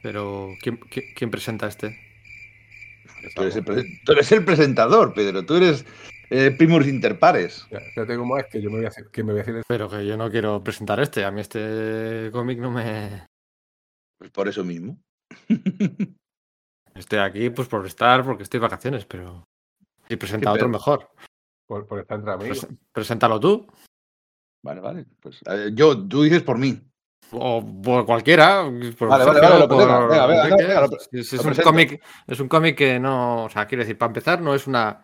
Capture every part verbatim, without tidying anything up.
Pero, ¿quién, quién, quién presenta este? Tú eres, el, tú eres el presentador, Pedro. Tú eres eh, primus inter pares. Ya, fíjate cómo es que yo me voy a hacer, que me voy a hacer Pero que yo no quiero presentar este. A mí este cómic no me... Pues por eso mismo. Estoy aquí pues por estar, porque estoy de vacaciones, pero... Si presenta ¿Qué otro, pedo? mejor. por, por estar entre amigos. Pres- preséntalo tú. Vale, vale. Pues eh, yo, tú dices por mí. O por cualquiera. Por Vale, vale, Sergio, vale. Lo, por venga, venga, venga, Enrique. venga, lo, Si- si lo es un presento. cómic, es un cómic que no... O sea, quiero decir, para empezar, no es una...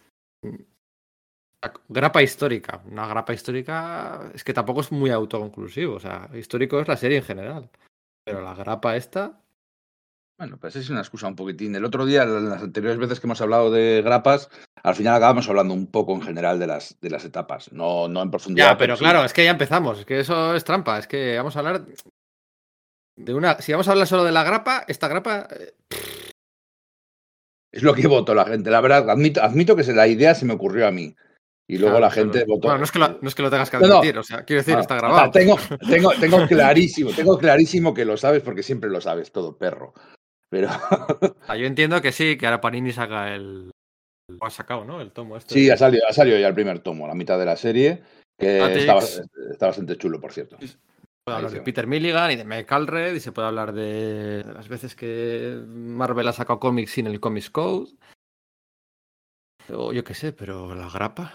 grapa histórica. Una grapa histórica es que tampoco es muy autoconclusivo. O sea, histórico es la serie en general. Pero la grapa esta... Bueno, pues es una excusa un poquitín. El otro día, en las anteriores veces que hemos hablado de grapas, al final acabamos hablando un poco en general de las, de las etapas. No, no en profundidad, Ya, pero pero sí. claro, es que ya empezamos. Es que eso es trampa. Es que vamos a hablar de una... Si vamos a hablar solo de la grapa, esta grapa... eh, Es lo que votó la gente. La verdad, admito, admito que se- la idea se me ocurrió a mí. Y luego claro, la eso gente no- votó. Bueno, no es, que lo, no es que lo tengas que No, no. admitir. O sea, quiero decir, Ah, está ah, grabado. tengo, tengo, tengo clarísimo, tengo clarísimo que lo sabes porque siempre lo sabes todo, perro. Pero Ah, yo entiendo que sí, que ahora Panini saca el... Lo ha sacado, ¿no? El tomo este. sí, de- ha salido, ha salido ya el primer tomo, la mitad de la serie, que está, Atix. está bastante chulo, por cierto. Puede hablar de Malísimo. Peter Milligan y de Mike Allred y se puede hablar de las veces que Marvel ha sacado cómics sin el Comics Code. O yo qué sé, pero la grapa.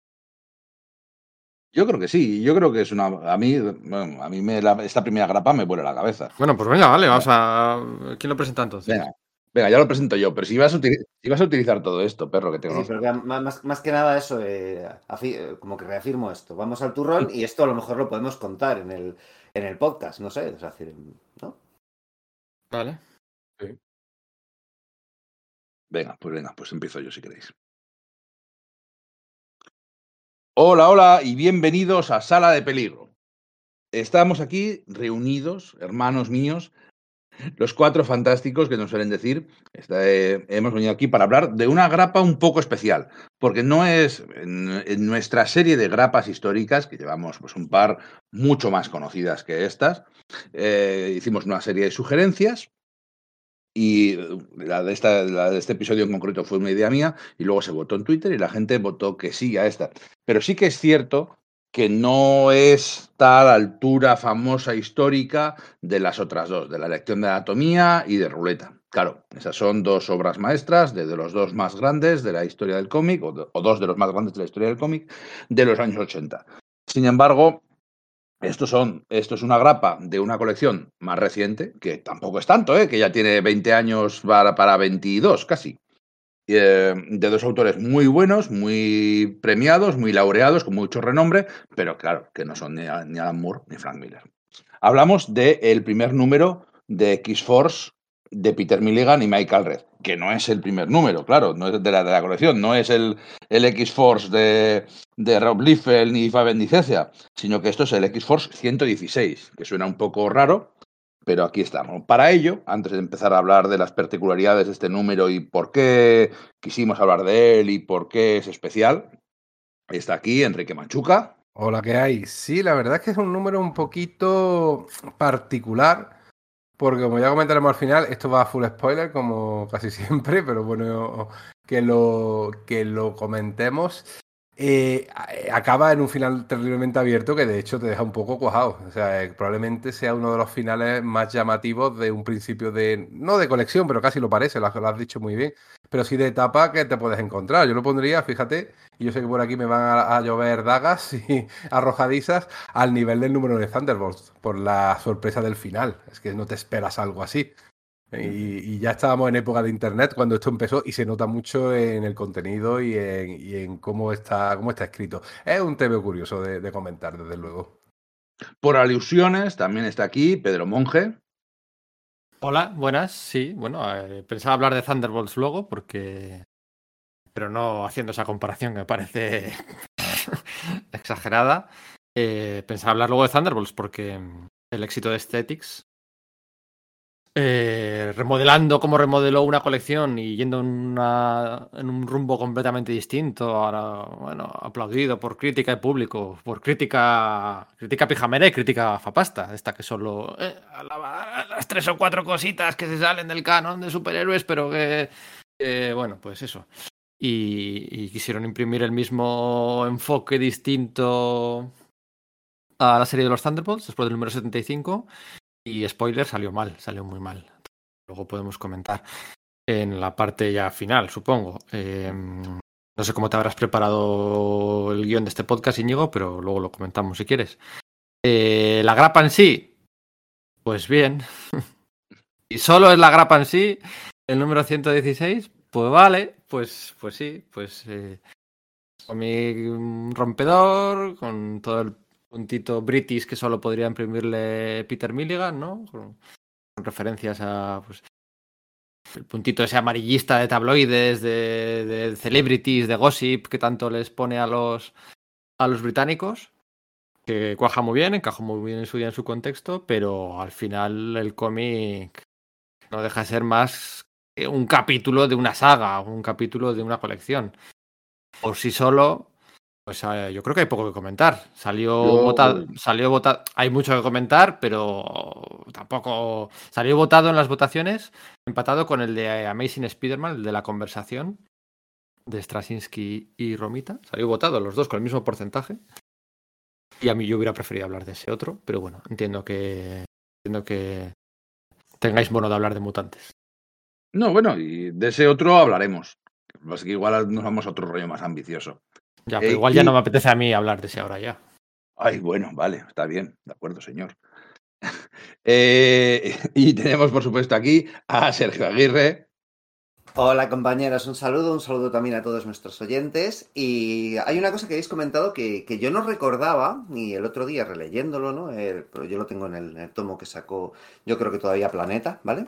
Yo creo que sí, yo creo que es una. A mí, bueno, a mí me, la- esta primera grapa me vuela la cabeza. Bueno, pues venga, vale, vamos a... ¿Quién lo presenta entonces? Venga, venga, ya lo presento yo, pero si vas a, utili- si vas a utilizar todo esto, perro, que te Sí, sí, conozco. pero que más, más- más que nada eso, eh, afi- eh, como que reafirmo esto. Vamos al turrón y esto a lo mejor lo podemos contar en el, en el podcast, no sé, es decir, ¿no? Vale. Venga, pues venga, pues empiezo yo si queréis. Hola, hola y bienvenidos a Sala de Peligro. Estamos aquí reunidos, hermanos míos, los cuatro fantásticos que nos suelen decir. Esta, eh, hemos venido aquí para hablar de una grapa un poco especial, porque no es en, en nuestra serie de grapas históricas, que llevamos pues, un par mucho más conocidas que estas, eh, hicimos una serie de sugerencias. Y la de, esta, la de este episodio en concreto fue una idea mía y luego se votó en Twitter y la gente votó que sí a esta. Pero sí que es cierto que no está a la altura famosa histórica de las otras dos, de la lección de anatomía y de Ruleta. Claro, esas son dos obras maestras de, de los dos más grandes de la historia del cómic, o, de, o dos de los más grandes de la historia del cómic, de los años ochenta. Sin embargo, estos son, esto es una grapa de una colección más reciente, que tampoco es tanto, ¿eh? Que ya tiene veinte años para, para veintidós casi. Eh, de dos autores muy buenos, muy premiados, muy laureados, con mucho renombre, pero claro, que no son ni, ni Alan Moore ni Frank Miller. Hablamos del primer número de X-Force de Peter Milligan y Mike Allred, que no es el primer número, claro, no es de la, de la colección, no es el, el X-Force de, de Rob Liefeld ni Fabian Nicecia, sino que esto es el X-Force ciento dieciséis, que suena un poco raro, pero aquí estamos. Para ello, antes de empezar a hablar de las particularidades de este número y por qué quisimos hablar de él y por qué es especial, está aquí Enrique Manchuca. Hola, ¿qué hay? Sí, la verdad es que es un número un poquito particular, porque como ya comentaremos al final, esto va a full spoiler, como casi siempre, pero bueno, que lo, que lo comentemos. Eh, acaba en un final terriblemente abierto que de hecho te deja un poco cuajado. O sea, eh, probablemente sea uno de los finales más llamativos de un principio de, no de colección, pero casi lo parece, lo has, lo has dicho muy bien, pero sí de etapa que te puedes encontrar. Yo lo pondría, fíjate, y yo sé que por aquí me van a, a llover dagas y arrojadizas al nivel del número de Thunderbolts, por la sorpresa del final. Es que no te esperas algo así. Y, y ya estábamos en época de internet cuando esto empezó y se nota mucho en el contenido y en, y en cómo está, cómo está escrito. Es un tema curioso de, de comentar, desde luego. Por alusiones, también está aquí Pedro Monge. Hola, buenas. Sí, bueno, eh, pensaba hablar de Thunderbolts luego porque... Pero no haciendo esa comparación que me parece exagerada. Eh, pensaba hablar luego de Thunderbolts porque el éxito de Aesthetics eh, remodelando como remodeló una colección y yendo en, una, en un rumbo completamente distinto. Ahora, bueno, aplaudido por crítica y público, por crítica crítica pijamera y crítica fapasta. Esta que solo eh, alaba las tres o cuatro cositas que se salen del canon de superhéroes, pero que, eh, bueno, pues eso. Y, y quisieron imprimir el mismo enfoque distinto a la serie de los Thunderbolts después del número setenta y cinco. Y spoiler, salió mal, salió muy mal. Luego podemos comentar en la parte ya final, supongo. Eh, no sé cómo te habrás preparado el guión de este podcast, Íñigo, pero luego lo comentamos si quieres. Eh, la grapa en sí, pues bien. Y solo es la grapa en sí, el número ciento dieciséis, pues vale, pues, pues sí, pues eh, cómic rompedor, con todo el puntito british que solo podría imprimirle Peter Milligan, ¿no? Con, con referencias a pues, el puntito ese amarillista de tabloides, de, de celebrities, de gossip que tanto les pone a los a los británicos, que cuaja muy bien, encaja muy bien en su día en su contexto, pero al final el cómic no deja de ser más que un capítulo de una saga, un capítulo de una colección. Por sí solo, pues eh, yo creo que hay poco que comentar. Salió Yo- votado, salió votado. Hay mucho que comentar, pero tampoco salió votado en las votaciones, empatado con el de Amazing Spider-Man, el de la conversación de Straczynski y Romita. Salió votado los dos con el mismo porcentaje. Y a mí yo hubiera preferido hablar de ese otro, pero bueno, entiendo que entiendo que tengáis mono de hablar de mutantes. No, bueno, y de ese otro hablaremos. Así que igual nos vamos a otro rollo más ambicioso. Ya, pero Eh, igual ya y- no me apetece a mí hablar de ese ahora ya. Ay, bueno, vale, está bien, de acuerdo, señor. Eh, y tenemos, por supuesto, aquí a Sergio Aguirre. Hola compañeros, un saludo, un saludo también a todos nuestros oyentes. Y hay una cosa que habéis comentado que, que yo no recordaba, y el otro día releyéndolo, ¿no? Eh, pero yo lo tengo en el, en el tomo que sacó, yo creo que todavía Planeta, ¿vale?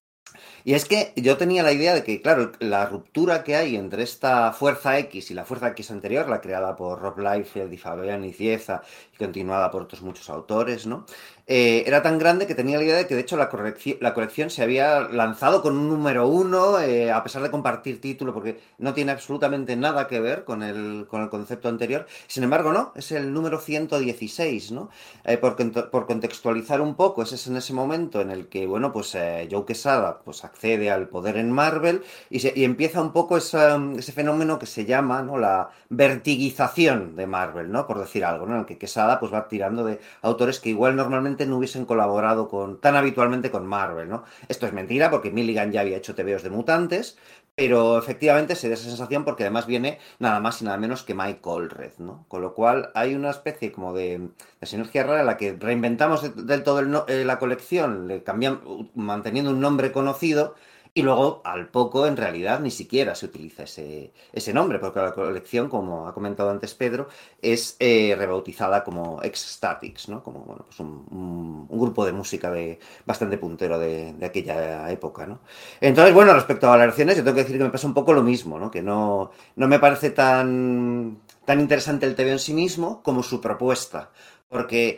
Y es que yo tenía la idea de que, claro, la ruptura que hay entre esta Fuerza X y la Fuerza X anterior, la creada por Rob Liefeld y Fabián Nicieza y continuada por otros muchos autores, ¿no? Eh, era tan grande que tenía la idea de que, de hecho, la, correcci- la colección se había lanzado con un número uno, eh, a pesar de compartir título, porque no tiene absolutamente nada que ver con el, con el concepto anterior. Sin embargo, no, es el número ciento dieciséis, ¿no? Eh, por, cont- por contextualizar un poco, ese es en ese momento en el que, bueno, pues eh, Joe Quesada pues, accede al poder en Marvel y, se- y empieza un poco esa- ese fenómeno que se llama, ¿no? La vertiguización de Marvel, ¿no? Por decir algo, ¿no? En el que Quesada pues, va tirando de autores que igual normalmente no hubiesen colaborado con, tan habitualmente con Marvel, ¿no? Esto es mentira porque Milligan ya había hecho tebeos de mutantes, pero efectivamente se da esa sensación porque además viene nada más y nada menos que Mike Allred, ¿no? Con lo cual hay una especie como de, de sinergia rara en la que reinventamos de- del todo el no- eh, la colección, le cambian, u- manteniendo un nombre conocido y luego al poco en realidad ni siquiera se utiliza ese, ese nombre porque la colección, como ha comentado antes Pedro, es eh, rebautizada como X-Statics, ¿no? Como bueno, pues un, un- un grupo de música de, bastante puntero de, de aquella época, ¿no? Entonces, bueno, respecto a valoraciones, yo tengo que decir que me pasa un poco lo mismo, ¿no? Que no, no me parece tan, tan interesante el T V en sí mismo como su propuesta. Porque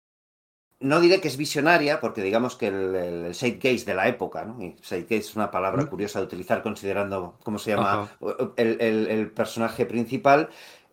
no diré que es visionaria, porque digamos que el, el, el zeitgeist de la época, ¿no? Y zeitgeist es una palabra curiosa de utilizar considerando cómo se llama Ajá. el, el- el personaje principal.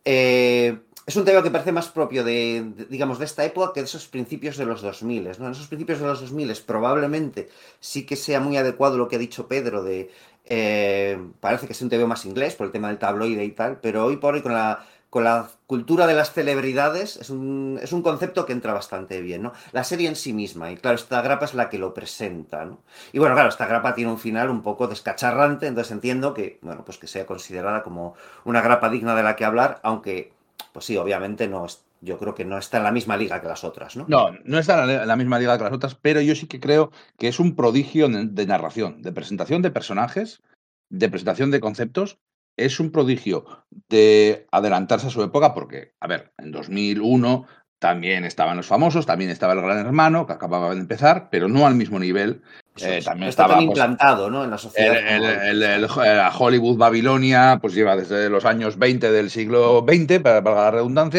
Eh, es un tema que parece más propio de, de, digamos, de esta época que de esos principios de los dos mil, ¿no? En esos principios de los dos mil probablemente sí que sea muy adecuado lo que ha dicho Pedro de... eh, parece que es un T V más inglés por el tema del tabloide y tal, pero hoy por hoy con la con la cultura de las celebridades es un, es un concepto que entra bastante bien, ¿no? La serie en sí misma, y claro, esta grapa es la que lo presenta, ¿no? Y bueno, claro, esta grapa tiene un final un poco descacharrante, entonces entiendo que, bueno, pues que sea considerada como una grapa digna de la que hablar, aunque, pues sí, obviamente no es, yo creo que no está en la misma liga que las otras, ¿no? No, no está en la, en la misma liga que las otras, pero yo sí que creo que es un prodigio de, de narración, de presentación de personajes, de presentación de conceptos. Es un prodigio de adelantarse a su época porque, a ver, en dos mil uno también estaban los famosos, también estaba el Gran Hermano, que acababa de empezar, pero no al mismo nivel. Eso Eh, es. también No está tan estaba, pues, implantado, ¿no? En la el, sociedad el, como ahorita el, el, está. la Hollywood Babilonia, pues lleva desde los años veinte del siglo veinte, para, para la redundancia,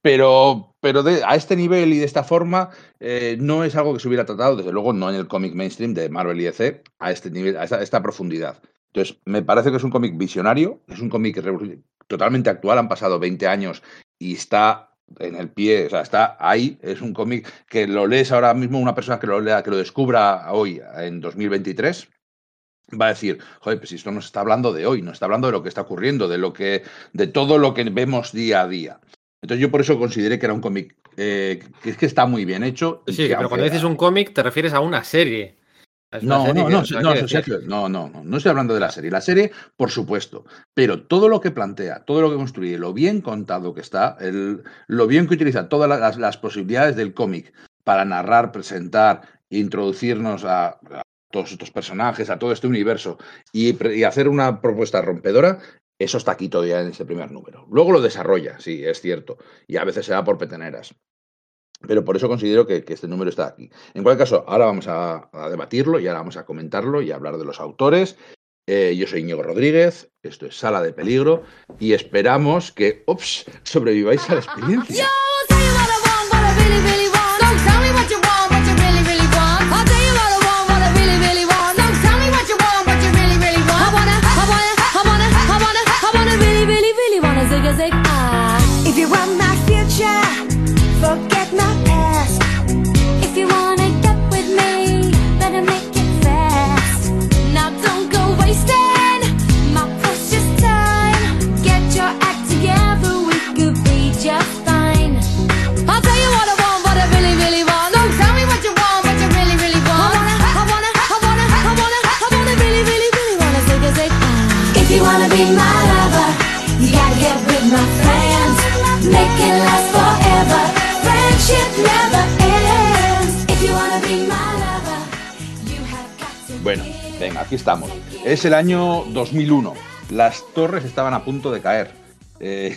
Pero, pero de, a este nivel y de esta forma eh, no es algo que se hubiera tratado, desde luego no en el cómic mainstream de Marvel y D C, a este nivel, a esta, a esta profundidad. Entonces, me parece que es un cómic visionario, es un cómic totalmente actual, han pasado veinte años y está en el pie, o sea, está ahí, es un cómic que lo lees ahora mismo, una persona que lo lea, que lo descubra hoy, en dos mil veintitrés, va a decir, joder, pues esto nos está hablando de hoy, nos está hablando de lo que está ocurriendo, de lo que, de todo lo que vemos día a día. Entonces yo por eso consideré que era un cómic eh, que es que está muy bien hecho. Y sí, que pero aunque, cuando dices un cómic te refieres a una serie. Es una no, serie no, que, no, o sea, no, ¿qué no, decir? Sergio, no, no, no, no estoy hablando de la serie. La serie, por supuesto, pero todo lo que plantea, todo lo que construye, lo bien contado que está, el, lo bien que utiliza todas las, las posibilidades del cómic para narrar, presentar, introducirnos a, a todos estos personajes, a todo este universo y, y hacer una propuesta rompedora, eso está aquí todavía en ese primer número. Luego lo desarrolla, sí, es cierto, y a veces se da por peteneras. Pero por eso considero que, que este número está aquí. En cualquier caso, ahora vamos a, a debatirlo y ahora vamos a comentarlo y a hablar de los autores. Eh, yo soy Íñigo Rodríguez, esto es Sala de Peligro y esperamos que ups, sobreviváis a la experiencia. If you want my future, forget my past. If you wanna get with me, better make it fast. Now don't go wasting my precious time. Get your act together, we could be just fine. I'll tell you what I want, what I really, really want. Don't tell me what you want, what you really, really want. I wanna, I wanna, I wanna, I wanna, I wanna really, really, really wanna zig a zig. If you wanna be my lover, you gotta get with my friends. Make it last forever. Friendship never ends. If you wanna be my lover, you have got to. Bueno, venga, aquí estamos. Es el año dos mil uno. Las torres estaban a punto de caer. Eh,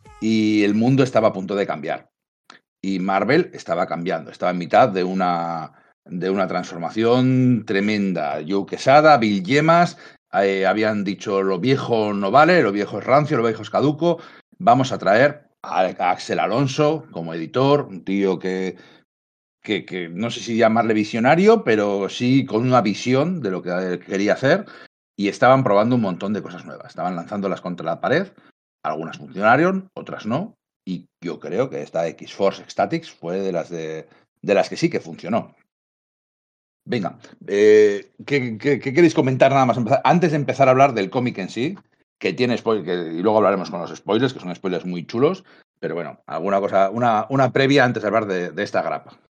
y el mundo estaba a punto de cambiar. Y Marvel estaba cambiando. Estaba en mitad de una, de una transformación tremenda. Joe Quesada, Bill Yemas, eh, habían dicho lo viejo no vale, lo viejo es rancio, lo viejo es caduco. Vamos a traer a Axel Alonso como editor, un tío que, que, que no sé si llamarle visionario, pero sí con una visión de lo que quería hacer, y estaban probando un montón de cosas nuevas. Estaban lanzándolas contra la pared, algunas funcionaron, otras no, y yo creo que esta X-Force Ecstatics fue de las, de, de las que sí que funcionó. Venga, eh, ¿qué, qué, ¿qué queréis comentar nada más? Empezar? Antes de empezar a hablar del cómic en sí, que tiene spoilers, que, y luego hablaremos con los spoilers, que son spoilers muy chulos, pero bueno, alguna cosa, una, una previa antes de hablar de, de esta grapa.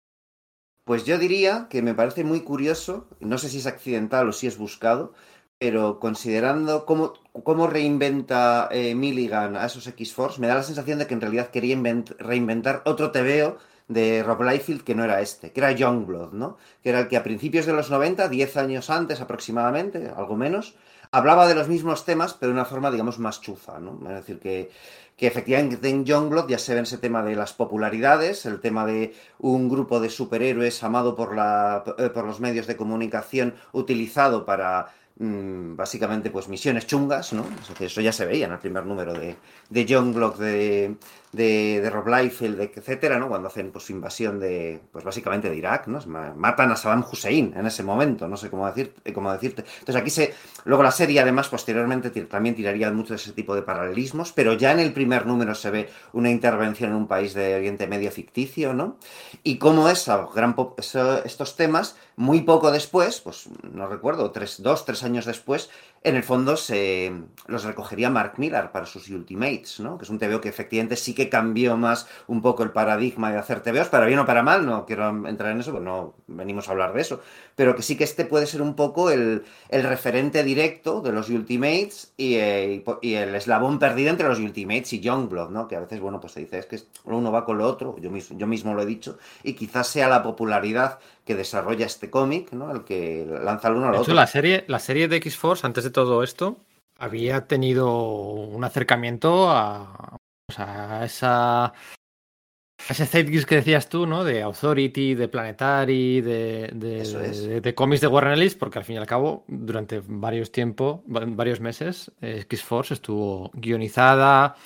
Pues yo diría que me parece muy curioso, no sé si es accidental o si es buscado, pero considerando cómo, cómo reinventa eh, Milligan a esos X-Force, me da la sensación de que en realidad quería invent- reinventar otro tebeo de Rob Liefeld que no era este, que era Youngblood, ¿no? Que era el que a principios de los noventa, diez años antes aproximadamente, algo menos, hablaba de los mismos temas, pero de una forma, digamos, más chufa, ¿no? Es decir, que, que efectivamente en Youngblood ya se ve ese tema de las popularidades, el tema de un grupo de superhéroes amado por, la, por los medios de comunicación, utilizado para mmm, básicamente pues misiones chungas, ¿no? Es decir, eso ya se veía en el primer número de, de Youngblood, de, de, de Rob Liefeld, etcétera, ¿no? Cuando hacen pues invasión de, pues básicamente de Irak, ¿no? Matan a Saddam Hussein en ese momento, no sé cómo, decir, cómo decirte. Entonces aquí se, luego la serie además posteriormente también tiraría mucho de ese tipo de paralelismos, pero ya en el primer número se ve una intervención en un país de Oriente Medio ficticio, ¿no? Y cómo esa gran pop, eso, estos temas, muy poco después, pues no recuerdo, tres, dos, tres años después, en el fondo se los recogería Mark Millar para sus Ultimates, ¿no? Que es un tebeo que efectivamente sí que cambió más un poco el paradigma de hacer tebeos, para bien o para mal, no quiero entrar en eso, porque no venimos a hablar de eso, pero que sí que este puede ser un poco el, el referente directo de los Ultimates y, eh, y el eslabón perdido entre los Ultimates y Youngblood, ¿no? Que a veces, bueno, pues se dice, es que lo uno va con lo otro, yo mismo, yo mismo lo he dicho, y quizás sea la popularidad que desarrolla este cómic, ¿no? El que lanza el uno al de otro. hecho, la serie, la serie de X-Force, antes de todo esto, había tenido un acercamiento a, o sea, a esa, a ese zeitgeist que decías tú, ¿no? De Authority, de Planetary, de, de, Eso es. de, de cómics de Warren Ellis, porque al fin y al cabo, durante varios tiempos, varios meses, X-Force estuvo guionizada,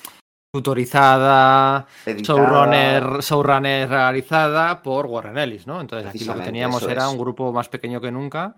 tutorizada, Editada. showrunner, showrunner realizada por Warren Ellis, ¿no? Entonces aquí lo que Precisamente, teníamos eso era es. un grupo más pequeño que nunca,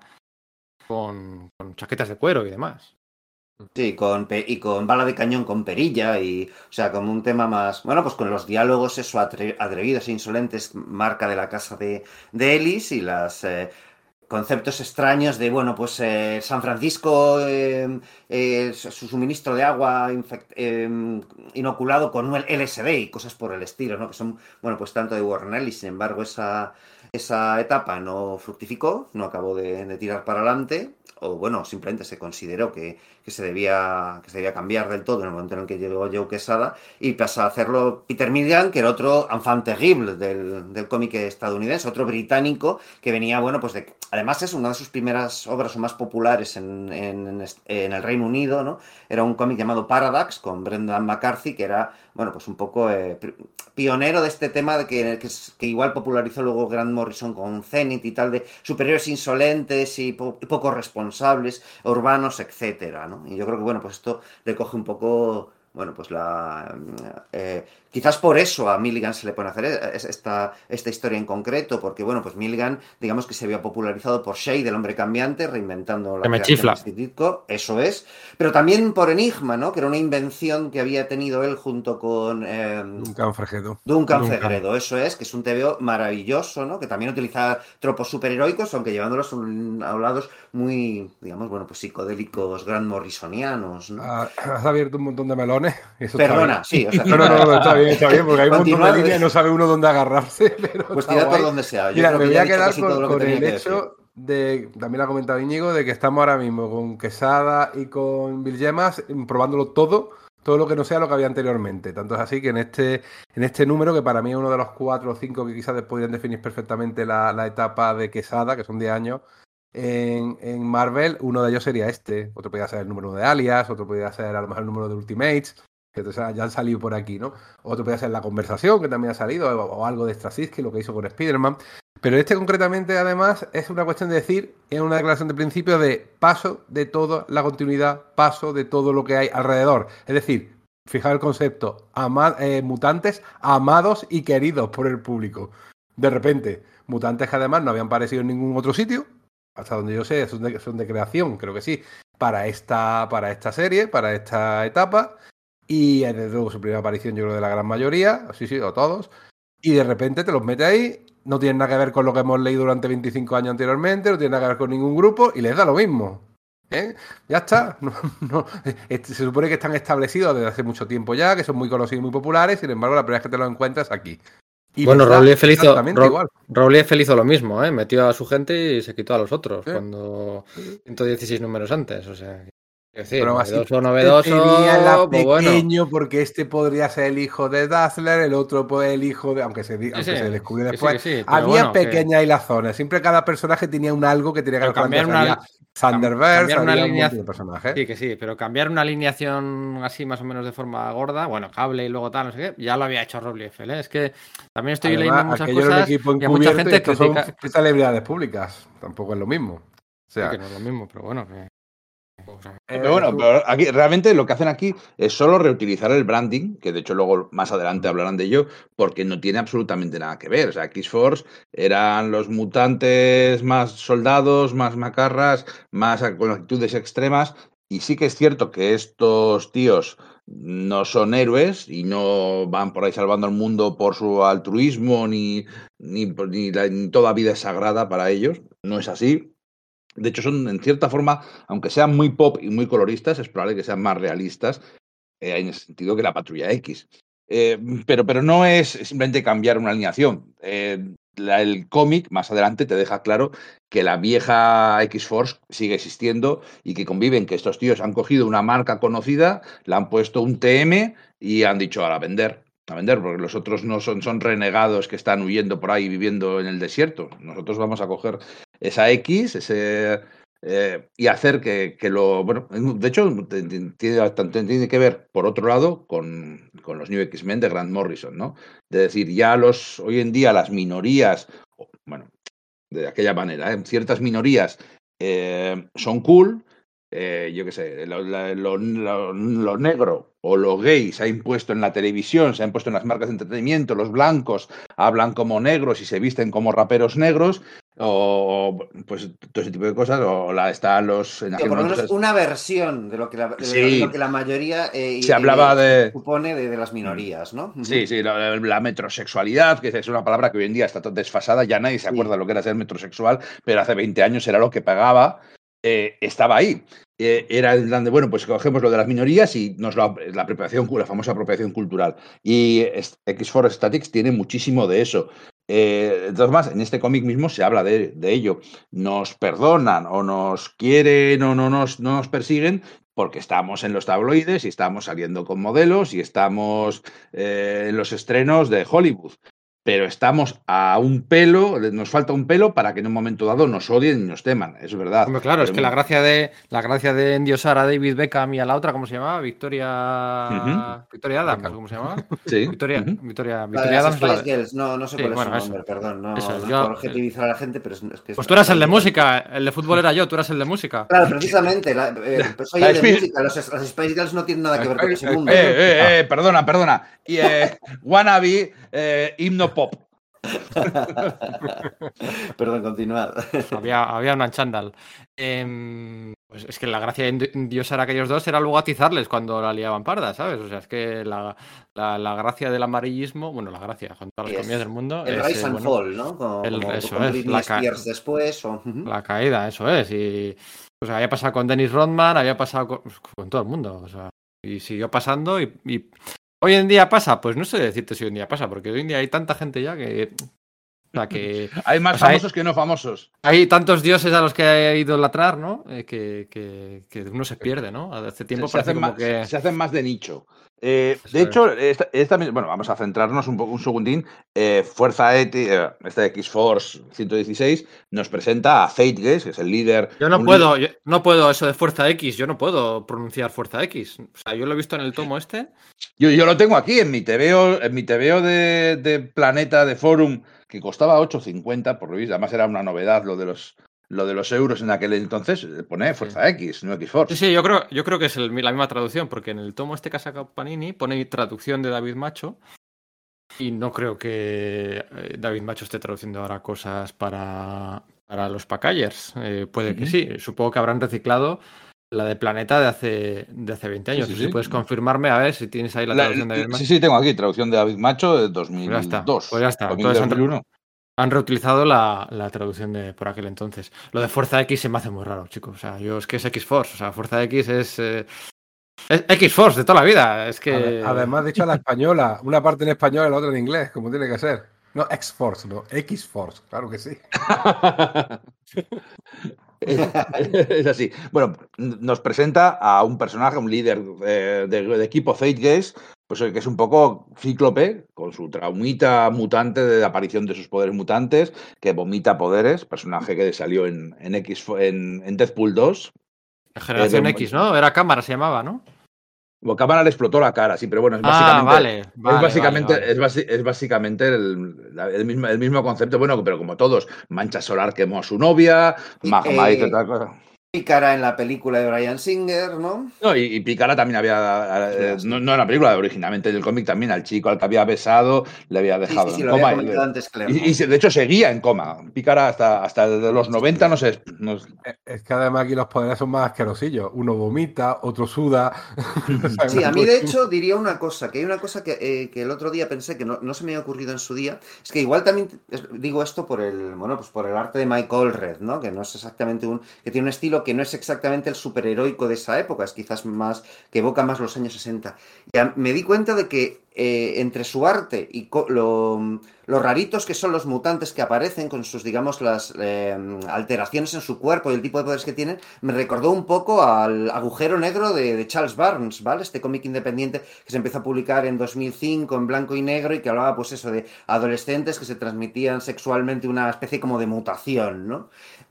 con, con chaquetas de cuero y demás. Sí, con pe- y con bala de cañón con perilla y, o sea, como un tema más, bueno, pues con los diálogos eso atre- atrevidos e insolentes, marca de la casa de, de Ellis y las eh, conceptos extraños de, bueno, pues eh, San Francisco, eh, eh, su suministro de agua infect- eh, inoculado con un L S D y cosas por el estilo, ¿no? Que son, bueno, pues tanto de Warren Ellis, sin embargo, esa, esa etapa no fructificó, no acabó de, de tirar para adelante. O bueno, simplemente se consideró que, que se debía, que se debía cambiar del todo en el momento en el que llegó Joe Quesada y pasó a hacerlo Peter Milligan, que era otro enfant terrible del, del cómic estadounidense, otro británico que venía, bueno, pues de... Además es una de sus primeras obras o más populares en, en, en el Reino Unido, ¿no? Era un cómic llamado Paradox con Brendan McCarthy, que era, bueno, pues un poco eh, pionero de este tema de que, que, que igual popularizó luego Grant Morrison con Zenith y tal, de superiores insolentes y, po y poco responsables, urbanos, etcétera, ¿no? Y yo creo que, bueno, pues esto recoge un poco, bueno, pues la... Eh, quizás por eso a Milligan se le pone a hacer esta, esta historia en concreto, porque, bueno, pues Milligan, digamos que se había popularizado por Shade, el hombre cambiante, reinventando la Que me creación chifla. de este disco, eso es, pero también por Enigma, ¿no? Que era una invención que había tenido él junto con... Eh, Duncan Fregedo. Duncan Duncan. Fegredo, eso es, que es un T V O maravilloso, ¿no? Que también utiliza tropos superheroicos, aunque llevándolos a lados muy, digamos, bueno, pues psicodélicos, Grant Morrisonianos, ¿no? Ah, has abierto un montón de melones. Y eso está Perdona, bien. sí, o sea, No, no, no, no, está bien, está bien, porque hay un montón de Continúa. líneas y no sabe uno dónde agarrarse. Pero Pues está tirad por guay. donde sea. Yo Mira, creo me que voy ya a he dicho quedar casi todo con, lo que con tenía el que decir. hecho de, también lo ha comentado Íñigo, de que estamos ahora mismo con Quesada y con Bill Yemas probándolo todo, todo lo que no sea lo que había anteriormente. Tanto es así que en este, en este número, que para mí es uno de los cuatro o cinco que quizás podrían definir perfectamente la, la etapa de Quesada, que son diez años, en, en Marvel, uno de ellos sería este. Otro podría ser el número de Alias, otro podría ser a lo mejor el número de Ultimates, que ya han salido por aquí, ¿no? Otro podría ser La Conversación, que también ha salido, o, o algo de Straczynski, lo que hizo con Spider-Man. Pero este concretamente, además, es una cuestión de decir, es una declaración de principio de paso de toda la continuidad, paso de todo lo que hay alrededor. Es decir, fijar el concepto, ama eh, mutantes amados y queridos por el público. De repente, mutantes que además no habían aparecido en ningún otro sitio, hasta donde yo sé, son de, son de creación, creo que sí, para esta, para esta serie, para esta etapa. Y desde luego su primera aparición, yo creo, de la gran mayoría, sí, sí, o todos. Y de repente te los mete ahí, no tiene nada que ver con lo que hemos leído durante veinticinco años anteriormente, no tiene nada que ver con ningún grupo y les da lo mismo. ¿Eh? Ya está. No, no. Se supone que están establecidos desde hace mucho tiempo ya, que son muy conocidos y muy populares, sin embargo, la primera vez que te los encuentras aquí. Y bueno, Rowley feliz exactamente igual. Rowley hizo lo mismo, ¿eh? Metió a su gente y se quitó a los otros, ¿Sí? cuando ciento dieciséis números antes, o sea... Es decir, pero novedoso, así novedoso, tenía la pues pequeño, bueno. porque este podría ser el hijo de Dazzler, el otro pues el hijo de, aunque se, Sí, aunque sí, se descubrió que después, sí, que sí, pero había bueno, pequeñas que... hilazones, siempre cada personaje tenía un algo que tenía que Pero cambiar una, había Thunderverse, cambiar una había un línea... montón de personajes. Sí, que sí, pero cambiar una alineación así más o menos de forma gorda, bueno, cable y luego tal, no sé qué, ya lo había hecho Rowley F L, ¿eh? Es que también estoy Además, leyendo muchas aquello cosas era un equipo y a mucha gente y estos critica... son celebridades públicas, tampoco es lo mismo. O sea, sí, que no es lo mismo, pero bueno, que... Pero bueno, pero aquí, realmente lo que hacen aquí es solo reutilizar el branding, que de hecho luego más adelante hablarán de ello, porque no tiene absolutamente nada que ver. O sea, X-Force eran los mutantes más soldados, más macarras, más con actitudes extremas, y sí que es cierto que estos tíos no son héroes y no van por ahí salvando al mundo por su altruismo, ni, ni, ni, ni toda vida es sagrada para ellos. No es así. De hecho, son, en cierta forma, aunque sean muy pop y muy coloristas, es probable que sean más realistas eh, en el sentido que la Patrulla X. Eh, pero, pero no es simplemente cambiar una alineación. Eh, la, el cómic, más adelante, te deja claro que la vieja X-Force sigue existiendo y que conviven, que estos tíos han cogido una marca conocida, le han puesto un T M y han dicho a vender. A vender, porque los otros no son, son renegados que están huyendo por ahí viviendo en el desierto. Nosotros vamos a coger esa X, ese, eh, y hacer que, que lo... Bueno, de hecho, tiene, tiene que ver, por otro lado, con, con los New X-Men de Grant Morrison, ¿no? De decir, ya los hoy en día las minorías, bueno, de aquella manera, ¿eh? Ciertas minorías eh, son cool, eh, yo qué sé, lo, lo, lo, lo negro o lo gay se ha impuesto en la televisión, se ha impuesto en las marcas de entretenimiento, los blancos hablan como negros y se visten como raperos negros, o pues todo ese tipo de cosas, o la están los... En Sí, aquel por lo momento menos se- una versión de lo que la, de Sí. lo que la mayoría eh, Se eh, hablaba de- supone de, de las minorías, ¿no? Sí, sí, la, la metrosexualidad, que es una palabra que hoy en día está tan desfasada, ya nadie se Sí. acuerda de lo que era ser metrosexual, pero hace veinte años era lo que pagaba, eh, estaba ahí. Eh, era en plan de, bueno, pues cogemos lo de las minorías y nos la, la apropiación, la famosa apropiación cultural. Y es- X-Force Statics tiene muchísimo de eso. Eh, entonces, más, en este cómic mismo se habla de, de ello. Nos perdonan o nos quieren o no nos, no nos persiguen porque estamos en los tabloides y estamos saliendo con modelos y estamos eh, en los estrenos de Hollywood. Pero estamos a un pelo, nos falta un pelo para que en un momento dado nos odien y nos teman, es verdad. Hombre, claro, es Pero que la bueno, gracia de la gracia de endiosar a David Beckham y a la otra, ¿cómo se llamaba? Victoria Ujú. Victoria Adams, Beckham. ¿cómo se llamaba? sí. Victoria, ujú. Victoria, La de Victoria las Adams. la Spice de- Girls, no, no sé Sí, cuál es bueno, su eso. nombre, perdón, no, Eso es, no yo- por objetivizar a la gente, pero es, es que... Pues tú eras el de música, el de fútbol era yo, tú eras el de música. Claro, precisamente, la, eh, pues soy el de música, los, las Spice Girls no tienen nada que ver con ese mundo. Eh, eh, eh, perdona, perdona. Y eh, wannabe eh, himno pop. Perdón, continuad. Había, había una chándal. Em, pues es que la gracia de endiosar a aquellos dos era luego atizarles cuando la liaban parda, ¿sabes? O sea, es que la, la, la gracia del amarillismo, bueno, la gracia, con todas las Es comillas del mundo, el es, Rise eh, and bueno, Fall, ¿no? Como, el- como eso con es, Britney la ca- Spears después. O... Ujú. la caída, eso es. Y pues había pasado con Dennis Rodman, había pasado con, con todo el mundo, o sea, y siguió pasando y, y hoy en día pasa, pues no sé decirte si hoy en día pasa, porque hoy en día hay tanta gente ya que... O sea, que Hay más o sea, hay- famosos que no famosos. hay tantos dioses a los que idolatrar, ¿no? Eh, que, que, que uno se pierde, ¿no? Hace tiempo se, parece hacen como más, que... se hacen más de nicho. Eh, Eso de es. hecho, esta, esta mis- bueno, vamos a centrarnos un, poco, un segundín. Eh, Fuerza Eti, eh, este X-Force ciento dieciséis, nos presenta a Fate Gaze, que es el líder. Yo no un puedo, yo no puedo eso de Fuerza X, yo no puedo pronunciar Fuerza X. O sea, yo lo he visto en el tomo este. Yo, yo lo tengo aquí en mi TVO, en mi TVO de, de Planeta de Forum, que costaba ocho cincuenta, por lo visto. Además era una novedad lo de los, lo de los euros en aquel entonces. Pone Fuerza X, no X-Force. Sí, sí, yo creo, yo creo que es el- la misma traducción, porque en el tomo este que ha sacado Panini pone traducción de David Macho. Y no creo que eh, David Macho esté traduciendo ahora cosas para, para los Packagers. Eh, puede que Ujú. sí. Supongo que habrán reciclado la de Planeta de hace, de hace veinte años. Sí, sí, Si sí. puedes confirmarme, a ver si tienes ahí la, La- traducción de David Macho. sí, sí, tengo aquí traducción de David Macho de Pues ya está. dos mil dos. Pues ya está. dos mil, Entonces han, dos mil uno. han reutilizado la, la traducción de por aquel entonces. Lo de Fuerza X se me hace muy raro, chicos. O sea, yo es que es X-Force. O sea, Fuerza X es. eh, es X-Force de toda la vida. Es que. Ade- Además, dicho a la española, una parte en español y la otra en inglés, como tiene que ser. No, X-Force, no, X-Force, claro que sí. Es, es así. Bueno, nos presenta a un personaje, un líder eh, de, de equipo Fate Gaze, pues eh, que es un poco cíclope, con su traumita mutante de aparición de sus poderes mutantes, que vomita poderes, personaje que salió en, en, X, en, en Deadpool dos. Generación Eh, de- X, ¿no? Era cámara, se llamaba, ¿no? Cámara le explotó la cara, sí, pero bueno, es Ah, básicamente, vale, es vale, básicamente, vale, vale. Es, basi- es básicamente el, la- el mismo, el mismo concepto, bueno, pero como todos, Mancha Solar quemó a su novia, Magma hizo Eh, tal cosa. Pícara en la película de Bryan Singer, ¿no? No, y, y Pícara también había, eh, Sí, sí. no, no en la película, originalmente en el cómic también, al chico al que había besado, le había Sí, dejado sí, sí, en lo había coma. y- comentado antes Clermont. Y, y se- de hecho seguía en coma. Pícara hasta, hasta de los noventa, no sé. no- Es- Es que además aquí los poderes son más asquerosillos. Uno vomita, otro suda. Sí, a mí de hecho diría una cosa, que hay una cosa que, eh, que el otro día pensé que no, no se me había ocurrido en su día, es que igual también es- digo esto por el, bueno, pues por el arte de Mike Allred, ¿no? Que no es exactamente un, que tiene un estilo que no es exactamente el superheroico de esa época, es quizás más, que evoca más los años sesenta. Y a- me di cuenta de que eh, entre su arte y co- lo, lo raritos que son los mutantes que aparecen con sus, digamos, las eh, alteraciones en su cuerpo y el tipo de poderes que tienen, me recordó un poco al Agujero Negro de, de Charles Barnes, ¿vale? Este cómic independiente que se empezó a publicar en dos mil cinco en blanco y negro y que hablaba, pues eso, de adolescentes que se transmitían sexualmente una especie como de mutación, ¿no?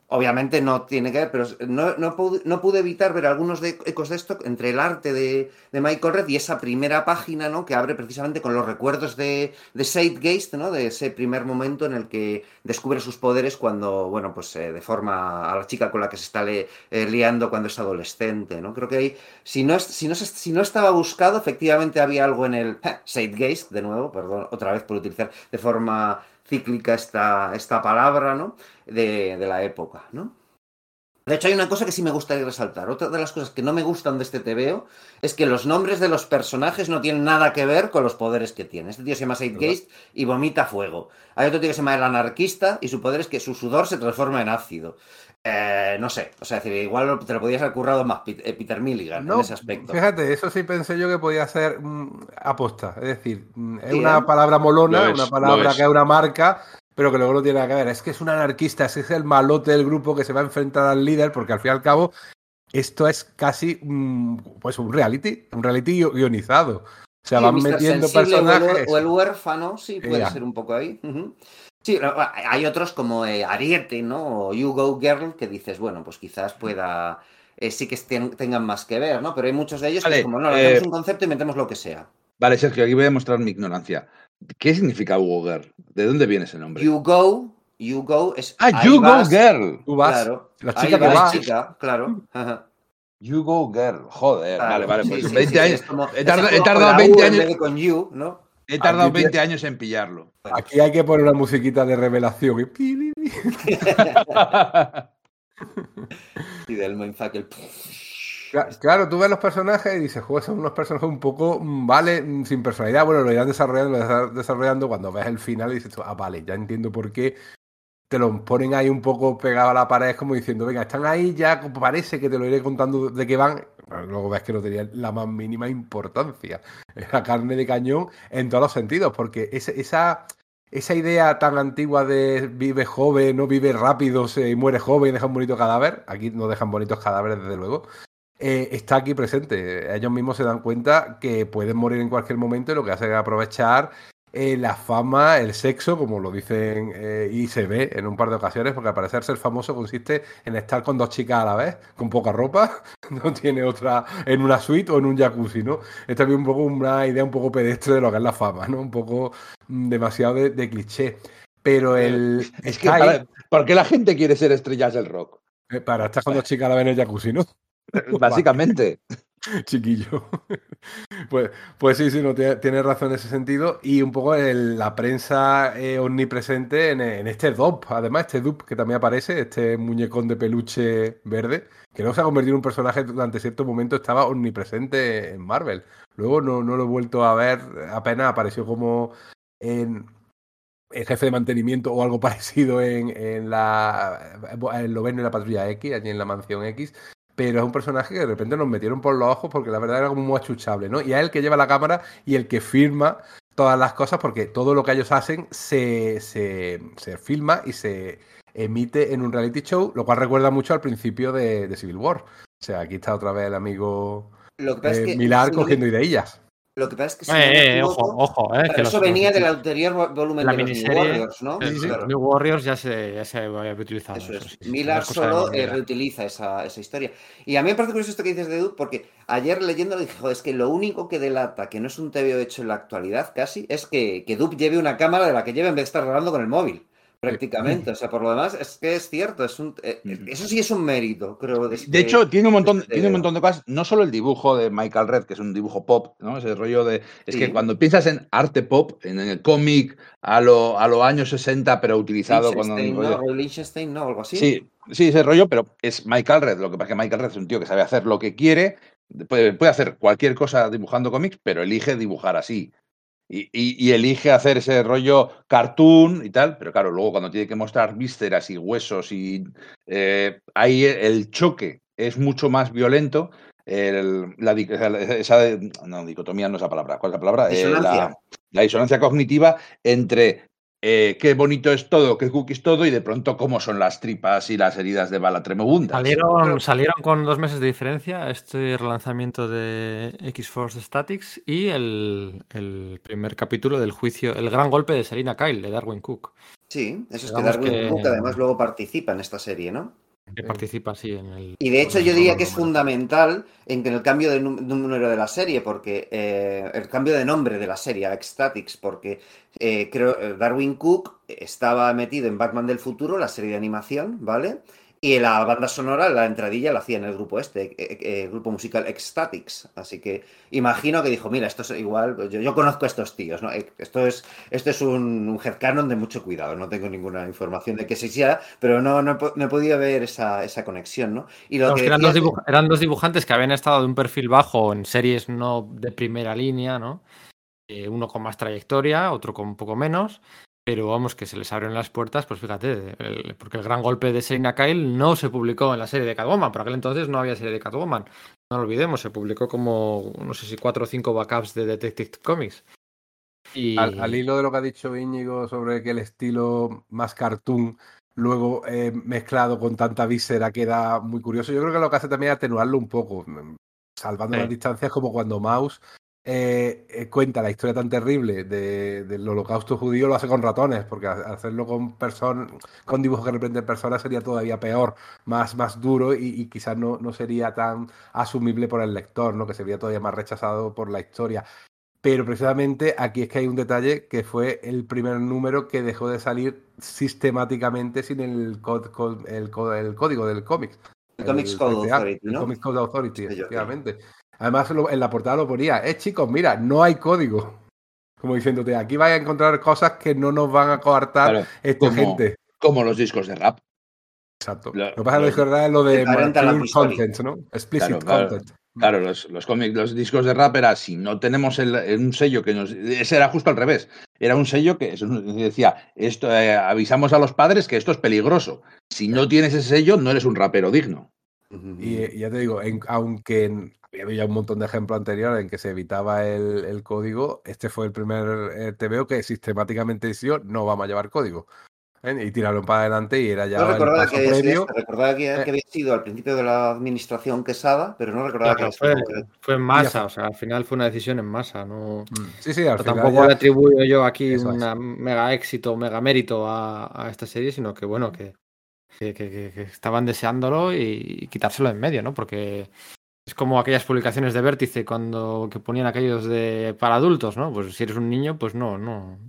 Obviamente no tiene que ver, pero no, no, pude, no pude evitar ver algunos de, ecos de esto entre el arte de, de Michael Red y esa primera página, ¿no? Que abre precisamente con los recuerdos de, de Zeitgeist, ¿no? De ese primer momento en el que descubre sus poderes cuando, bueno, pues eh, deforma a la chica con la que se está le, eh, liando cuando es adolescente, ¿no? Creo que ahí, si no, es, si, no, si no estaba buscado, efectivamente había algo en el eh, Zeitgeist, de nuevo, perdón, otra vez por utilizar de forma cíclica esta, esta palabra, ¿no? De, de la época, ¿no? De hecho, hay una cosa que sí me gustaría resaltar. Otra de las cosas que no me gustan de este T V O es que los nombres de los personajes no tienen nada que ver con los poderes que tiene. Este tío se llama Zeitgeist y vomita fuego. Hay otro tío que se llama el anarquista y su poder es que su sudor se transforma en ácido. Eh, no sé, o sea, es decir, igual te lo podías haber currado más Peter Milligan No, en ese aspecto. fíjate, eso sí pensé yo que podía ser mm, aposta. Es decir, mm, es Sí, una ¿eh? palabra molona, Lo es, una lo palabra es. que es una marca, pero que luego no tiene nada que ver. Es que es un anarquista, ese es el malote del grupo que se va a enfrentar al líder, porque al fin y al cabo esto es casi mm, pues un reality, un reality gui- guionizado. O sea, Sí, van mister metiendo Sensible o el, personajes. o el huérfano, sí, puede Ya. ser un poco ahí. Ujú. Sí, no, hay otros como eh, Ariete, ¿no? O You Go Girl, que dices, bueno, pues quizás pueda, eh, sí que estén- tengan más que ver, ¿no? Pero hay muchos de ellos que es Vale, como, no, eh, lanzamos un concepto y metemos lo que sea. Vale, Sergio, aquí voy a mostrar mi ignorancia. ¿Qué significa Hugo Girl? ¿De dónde viene ese nombre? You Go, You Go es Ah, ahí You Go vas, Girl. Tú vas, claro, la ahí chica que vas, va. chica, claro. Ajá. You Go Girl. Joder, vale, Claro, vale. sí, Pues sí, sí, veinte sí, años. es como, He se tardado, he juega con tardado la veinte U en años. vez de con You, ¿no? He tardado Aquí, veinte años en pillarlo. aquí hay que poner una musiquita de revelación. Y- Y del mindfuck, el... Cla- Claro, tú ves los personajes y dices, joder, son unos personajes un poco, mm, vale, mm, sin personalidad. Bueno, lo irán desarrollando, lo irán desarrollando. Cuando ves el final y dices, tú, ah, vale, ya entiendo por qué te lo ponen ahí un poco pegado a la pared, como diciendo, venga, están ahí, ya parece que te lo iré contando de qué van. Pero luego ves que no tenía la más mínima importancia. Era carne de cañón en todos los sentidos, porque ese- esa, esa idea tan antigua de vive joven, no vive rápido, se muere joven y deja un bonito cadáver, aquí no dejan bonitos cadáveres, desde luego. Eh, está aquí presente. Ellos mismos se dan cuenta que pueden morir en cualquier momento y lo que hacen es aprovechar eh, la fama, el sexo, como lo dicen eh, y se ve en un par de ocasiones, porque al parecer ser famoso consiste en estar con dos chicas a la vez, con poca ropa, no tiene otra en una suite o en un jacuzzi, ¿no? Es también un poco una idea un poco pedestre de lo que es la fama, ¿no? Un poco mm, demasiado de, de cliché. Pero el Es que, está ahí para, ¿por qué la gente quiere ser estrellas del rock? eh, para estar con dos chicas a la vez en el jacuzzi, ¿no? Básicamente. Chiquillo. Pues, pues sí, sí, no, tiene, tiene razón en ese sentido. Y un poco el- la prensa eh, omnipresente en, en este D O P. Además, este D U P que también aparece, este muñecón de peluche verde, que no se ha convertido en un personaje durante cierto momento, estaba omnipresente en Marvel. Luego no, no lo he vuelto a ver, apenas apareció como en el jefe de mantenimiento o algo parecido en, en la en Loveno y la Patrulla X, allí en la Mansión X. Pero es un personaje que de repente nos metieron por los ojos porque la verdad era como muy achuchable, ¿no? Y es el que lleva la cámara y el que firma todas las cosas porque todo lo que ellos hacen se, se, se filma y se emite en un reality show, lo cual recuerda mucho al principio de, de Civil War. O sea, aquí está otra vez el amigo Lo que pasa eh, es que, Milar si no me- cogiendo ideillas. lo que pasa es que si no Eh, me eh, equivoco, ojo, ojo, eh, claro, que eso los, venía los- del anterior vo- volumen la de los New miniserie, Warriors, ¿no? eh, Sí, sí. los Claro. New Warriors ya se, ya se había utilizado. Eso Eso, es. sí, sí, Millar no es cosa de solo eh, Miller. reutiliza esa, esa historia. Y a mí me parece curioso esto que dices de Dude, porque ayer leyéndolo dije, joder, es que lo único que delata que no es un T V O hecho en la actualidad casi, es que, que Dude lleve una cámara de la que lleve en vez de estar grabando con el móvil. Prácticamente. O sea, por lo demás, es que es cierto. Es un, eh, eso sí es un mérito, creo. De, este, De hecho, tiene un montón, de este tiene un T V O. montón de cosas. No solo el dibujo de Michael Red, que es un dibujo pop, ¿no? Ese rollo de. Es Sí. que cuando piensas en arte pop, en el cómic a los a los años sesenta, pero utilizado con un Lichtenstein, rollo. ¿no? Roy Lichtenstein, ¿no? Algo así. Sí, sí, ese rollo, pero es Michael Red. Lo que pasa es que Michael Red es un tío que sabe hacer lo que quiere, puede, puede hacer cualquier cosa dibujando cómics, pero elige dibujar así. Y, y, y elige hacer ese rollo cartoon y tal, pero claro, luego cuando tiene que mostrar vísceras y huesos y eh, ahí el choque es mucho más violento. El, la, esa no, dicotomía no es la palabra. ¿Cuál es la palabra? Disonancia. Eh, la, la disonancia cognitiva entre eh, qué bonito es todo, qué cookie es todo y de pronto cómo son las tripas y las heridas de bala tremebundas. Salieron, Pero- salieron con dos meses de diferencia este relanzamiento de X-Force Statics y el, el primer capítulo del juicio, el gran golpe de Selina Kyle, de Darwin Cook. Sí, eso es que Digamos Darwin que, Cook además luego participa en esta serie, ¿no? que participa así en el. Y de hecho en yo el diría nuevo que es número. fundamental en que en el cambio de nú- número de la serie, porque eh, el cambio de nombre de la serie a Ecstatics, porque eh, creo eh, Darwin Cook estaba metido en Batman del futuro, la serie de animación, ¿vale? Y la banda sonora, la entradilla la hacía en el grupo este, eh, eh, el grupo musical Ecstatics. Así que imagino que dijo, mira, esto es igual, pues yo, yo conozco a estos tíos, ¿no? Eh, Esto es, esto es un, un headcanon de mucho cuidado, no tengo ninguna información de que se hiciera, pero no, no, he po- no he podido ver esa, esa conexión, ¿no? Y lo Vamos, que que eran dos, decías de... dibuj- eran dos dibujantes que habían estado de un perfil bajo en series no de primera línea, ¿no? Eh, uno con más trayectoria, otro con un poco menos, pero vamos, que se les abrieron las puertas, pues fíjate, el- porque el gran golpe de Selina Kyle no se publicó en la serie de Catwoman, por aquel entonces no había serie de Catwoman, no lo olvidemos, se publicó como, no sé si cuatro o cinco backups de Detective Comics. Al, al Y hilo de lo que ha dicho Íñigo sobre que el estilo más cartoon, luego eh, mezclado con tanta víscera, queda muy curioso. Yo creo que lo que hace también es atenuarlo un poco, mm, salvando las sí, distancias, como cuando Maus eh, eh, cuenta la historia tan terrible de- del holocausto judío, lo hace con ratones, porque a- hacerlo con personas, con dibujos que representen personas sería todavía peor, más, más duro y, y quizás no, no sería tan asumible por el lector, ¿no? Que sería todavía más rechazado por la historia. Pero precisamente aquí es que hay un detalle que fue el primer número que dejó de salir sistemáticamente sin el, cod- cod- el, co- el código del cómic, El Comics el Code C C A, Authority, el ¿no? Comic Code Authority, Sé yo qué. efectivamente. Además, lo- en la portada lo ponía, eh, chicos, mira, no hay código. Como diciéndote, aquí vais a encontrar cosas que no nos van a coartar Claro, esta como, gente. como los discos de rap. Exacto. Lo- Lo que pasa es los- que es lo El de Parental mature Advisory. content, ¿no? Explicit Claro, claro. content. Claro, los, los cómics, los discos de rap era si no tenemos el, un sello que nos. Ese era justo al revés. Era un sello que eso decía, esto, eh, avisamos a los padres que esto es peligroso. Si no tienes ese sello, no eres un rapero digno. Y, y ya te digo, en- aunque en- había ya un montón de ejemplos anteriores en que se evitaba el, el código, este fue el primer eh, T V O que sistemáticamente decidió no vamos a llevar código. ¿eh? Y tiraron para adelante y era No ya el recordaba paso que había sido previo. este, recordaba que, eh, que había sido al principio de la administración Quesada, pero no recordaba que claro, había fue, sido... fue en ya masa, está. o sea, al final fue una decisión en masa, no. Mm, Sí, sí, al Pero final tampoco le ya. atribuyo yo aquí Eso es. un mega éxito, mega mérito a, a esta serie, sino que bueno, que, que, que- que- que estaban deseándolo y, y quitárselo en medio, ¿no? Porque es como aquellas publicaciones de Vértice cuando que ponían aquellos de para adultos, ¿no? Pues si eres un niño, pues no, no,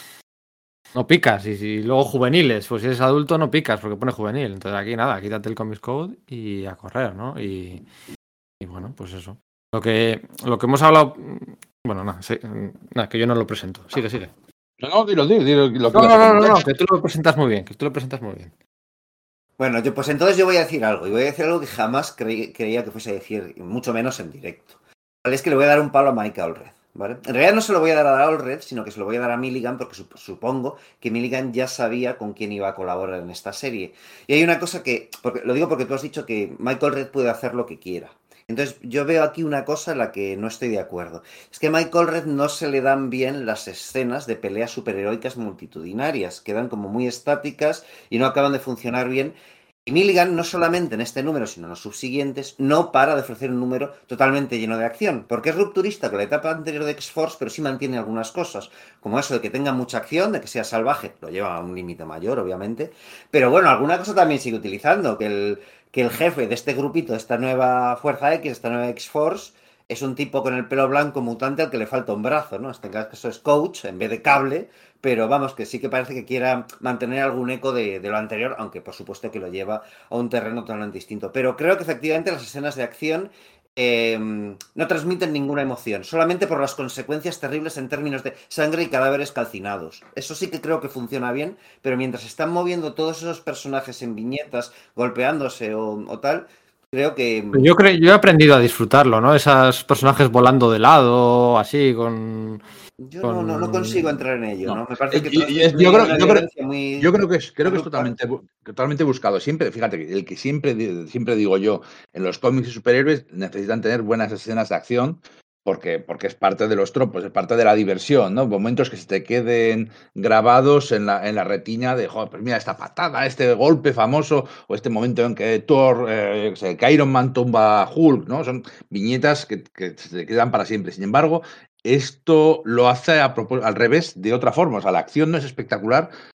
no picas. Y si luego juveniles, pues si eres adulto no picas porque pone juvenil. Entonces aquí nada, quítate el Comics Code y a correr, ¿no? Y, y bueno, pues eso. Lo que, lo que hemos hablado. Bueno, nada, sí, nada, que yo no lo presento. Sigue, sigue. No, no, dilo, dilo, dilo lo que No, ibas a no, no, no, comentar. no, que tú lo presentas muy bien, que tú lo presentas muy bien. Bueno, yo, pues entonces yo voy a decir algo, y voy a decir algo que jamás creí- creía que fuese a decir, y mucho menos en directo. ¿Vale? Es que le voy a dar un palo a Mike Allred, ¿vale? En realidad no se lo voy a dar a Allred, sino que se lo voy a dar a Milligan, porque sup- supongo que Milligan ya sabía con quién iba a colaborar en esta serie. Y hay una cosa que, porque, lo digo porque tú has dicho que Mike Allred puede hacer lo que quiera. Entonces, yo veo aquí una cosa en la que no estoy de acuerdo. Es que a Mike Allred no se le dan bien las escenas de peleas superheroicas multitudinarias. Quedan como muy estáticas y no acaban de funcionar bien. Y Milligan, no solamente en este número, sino en los subsiguientes, no para de ofrecer un número totalmente lleno de acción. Porque es rupturista con la etapa anterior de X-Force, pero sí mantiene algunas cosas. Como eso de que tenga mucha acción, de que sea salvaje. Lo lleva a un límite mayor, obviamente. Pero bueno, alguna cosa también sigue utilizando. Que el, que el jefe de este grupito, de esta nueva Fuerza X, esta nueva X-Force, es un tipo con el pelo blanco mutante al que le falta un brazo, ¿no? Este caso es Coach en vez de Cable, pero vamos, que sí que parece que quiera mantener algún eco de, de lo anterior, aunque por supuesto que lo lleva a un terreno totalmente distinto. Pero creo que efectivamente las escenas de acción eh, no transmiten ninguna emoción, solamente por las consecuencias terribles en términos de sangre y cadáveres calcinados. Eso sí que creo que funciona bien, pero mientras están moviendo todos esos personajes en viñetas, golpeándose o, o tal, creo que... Yo creo, yo he aprendido a disfrutarlo, ¿no? Esos personajes volando de lado, así, con. Yo con... no, no, no consigo entrar en ello, No. ¿no? Me parece Eh, que y- todo y esto es- yo, tiene creo, una yo, creo, violencia muy yo creo que es, creo que es abrupta. totalmente, bu- totalmente buscado. Siempre, fíjate, que el que siempre, di- siempre digo yo, en los cómics y superhéroes necesitan tener buenas escenas de acción porque, porque es parte de los tropos, es parte de la diversión, ¿no? Momentos que se te queden grabados en la, en la retina de, joder, pues mira, esta patada, este golpe famoso, o este momento en que Thor, eh, yo qué sé, que Iron Man tumba a Hulk, ¿no? Son viñetas que, que se te quedan para siempre. Sin embargo, esto lo hace a propós- al revés, de otra forma. O sea, la acción no es espectacular,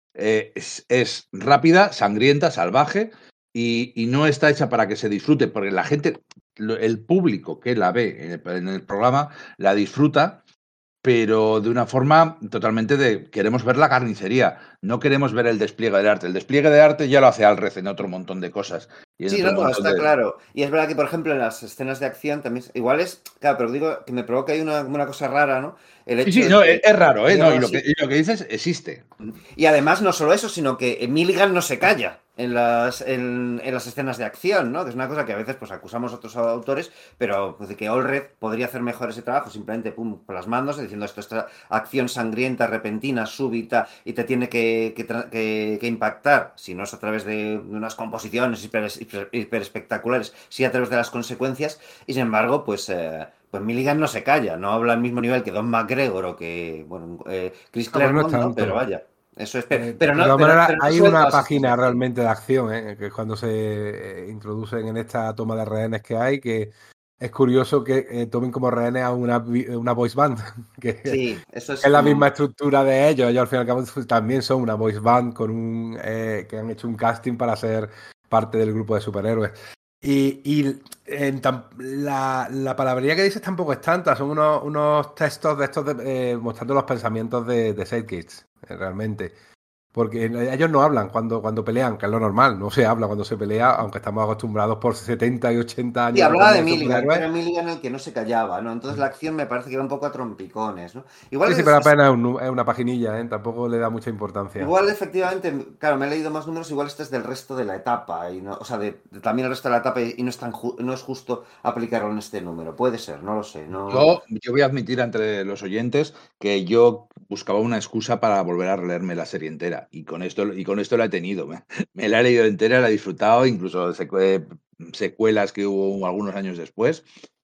eh, es, es rápida, sangrienta, salvaje y, y no está hecha para que se disfrute, porque la gente, lo- el público que la ve en el, en el programa la disfruta, pero de una forma totalmente de queremos ver la carnicería, no queremos ver el despliegue del arte. El despliegue de arte ya lo hace Alred en otro montón de cosas y en Sí, otro no, montón está de... claro. Y es verdad que, por ejemplo, en las escenas de acción también, igual es, claro, pero digo que me provoca ahí una, una cosa rara, ¿no? El Sí, hecho sí, de no, es, que es raro, ¿eh? No, digan y lo que, así. y lo que dices existe. Y además, no solo eso, sino que Milligan no se calla en las, en, en las escenas de acción, ¿no? Que es una cosa que a veces pues acusamos a otros autores, pero pues, de que Allred podría hacer mejor ese trabajo simplemente pum, plasmándose, diciendo esto, esta acción sangrienta, repentina, súbita, y te tiene que, que, tra- que- que impactar, si no es a través de unas composiciones hiper, hiper- hiper espectaculares, sí a través de las consecuencias, y sin embargo, pues... eh, pues Milligan no se calla, no habla al mismo nivel que Don McGregor o que, bueno, eh, Chris No, pero no es Claremont, ¿no? Pero tanto. vaya, eso es, pero, Eh, pero de no, todas pero, maneras, pero no hay sube una todas las escenas de página acción. realmente de acción, ¿eh? Que es cuando se eh, introducen en esta toma de rehenes que hay, que es curioso que eh, tomen como rehenes a una, vi- una voice band, que Sí, eso es es la misma como... estructura de ellos. Ellos al fin y al cabo también son una voice band con un eh, que han hecho un casting para ser parte del grupo de superhéroes. Y, y en tam- la, la palabrería que dices tampoco es tanta, son unos, unos textos de estos de, eh, mostrando los pensamientos de, de Sidekicks, eh, realmente. Porque ellos no hablan cuando, cuando pelean, que es lo normal, no se habla cuando se pelea, aunque estamos acostumbrados por setenta y ochenta Sí, años de hablaba cómics de de Milligan, que superhéroes. era Milligan el que no se callaba, ¿no? Entonces la acción me parece que era un poco a trompicones, ¿no? Igual Sí, sí, es, pero es- apenas es, un nu- es una paginilla, ¿eh? Tampoco le da mucha importancia. igual efectivamente, claro, me he leído más números, igual este es del resto de la etapa, y no, o sea, de, de también el resto de la etapa y, y no es tan ju- no es justo aplicarlo en este número. Puede ser, no lo sé, no... Yo, yo voy a admitir entre los oyentes que yo buscaba una excusa para volver a releerme la serie entera y con esto, y con esto la he tenido. Me, me la he leído entera, la he disfrutado, incluso secue- secuelas que hubo algunos años después.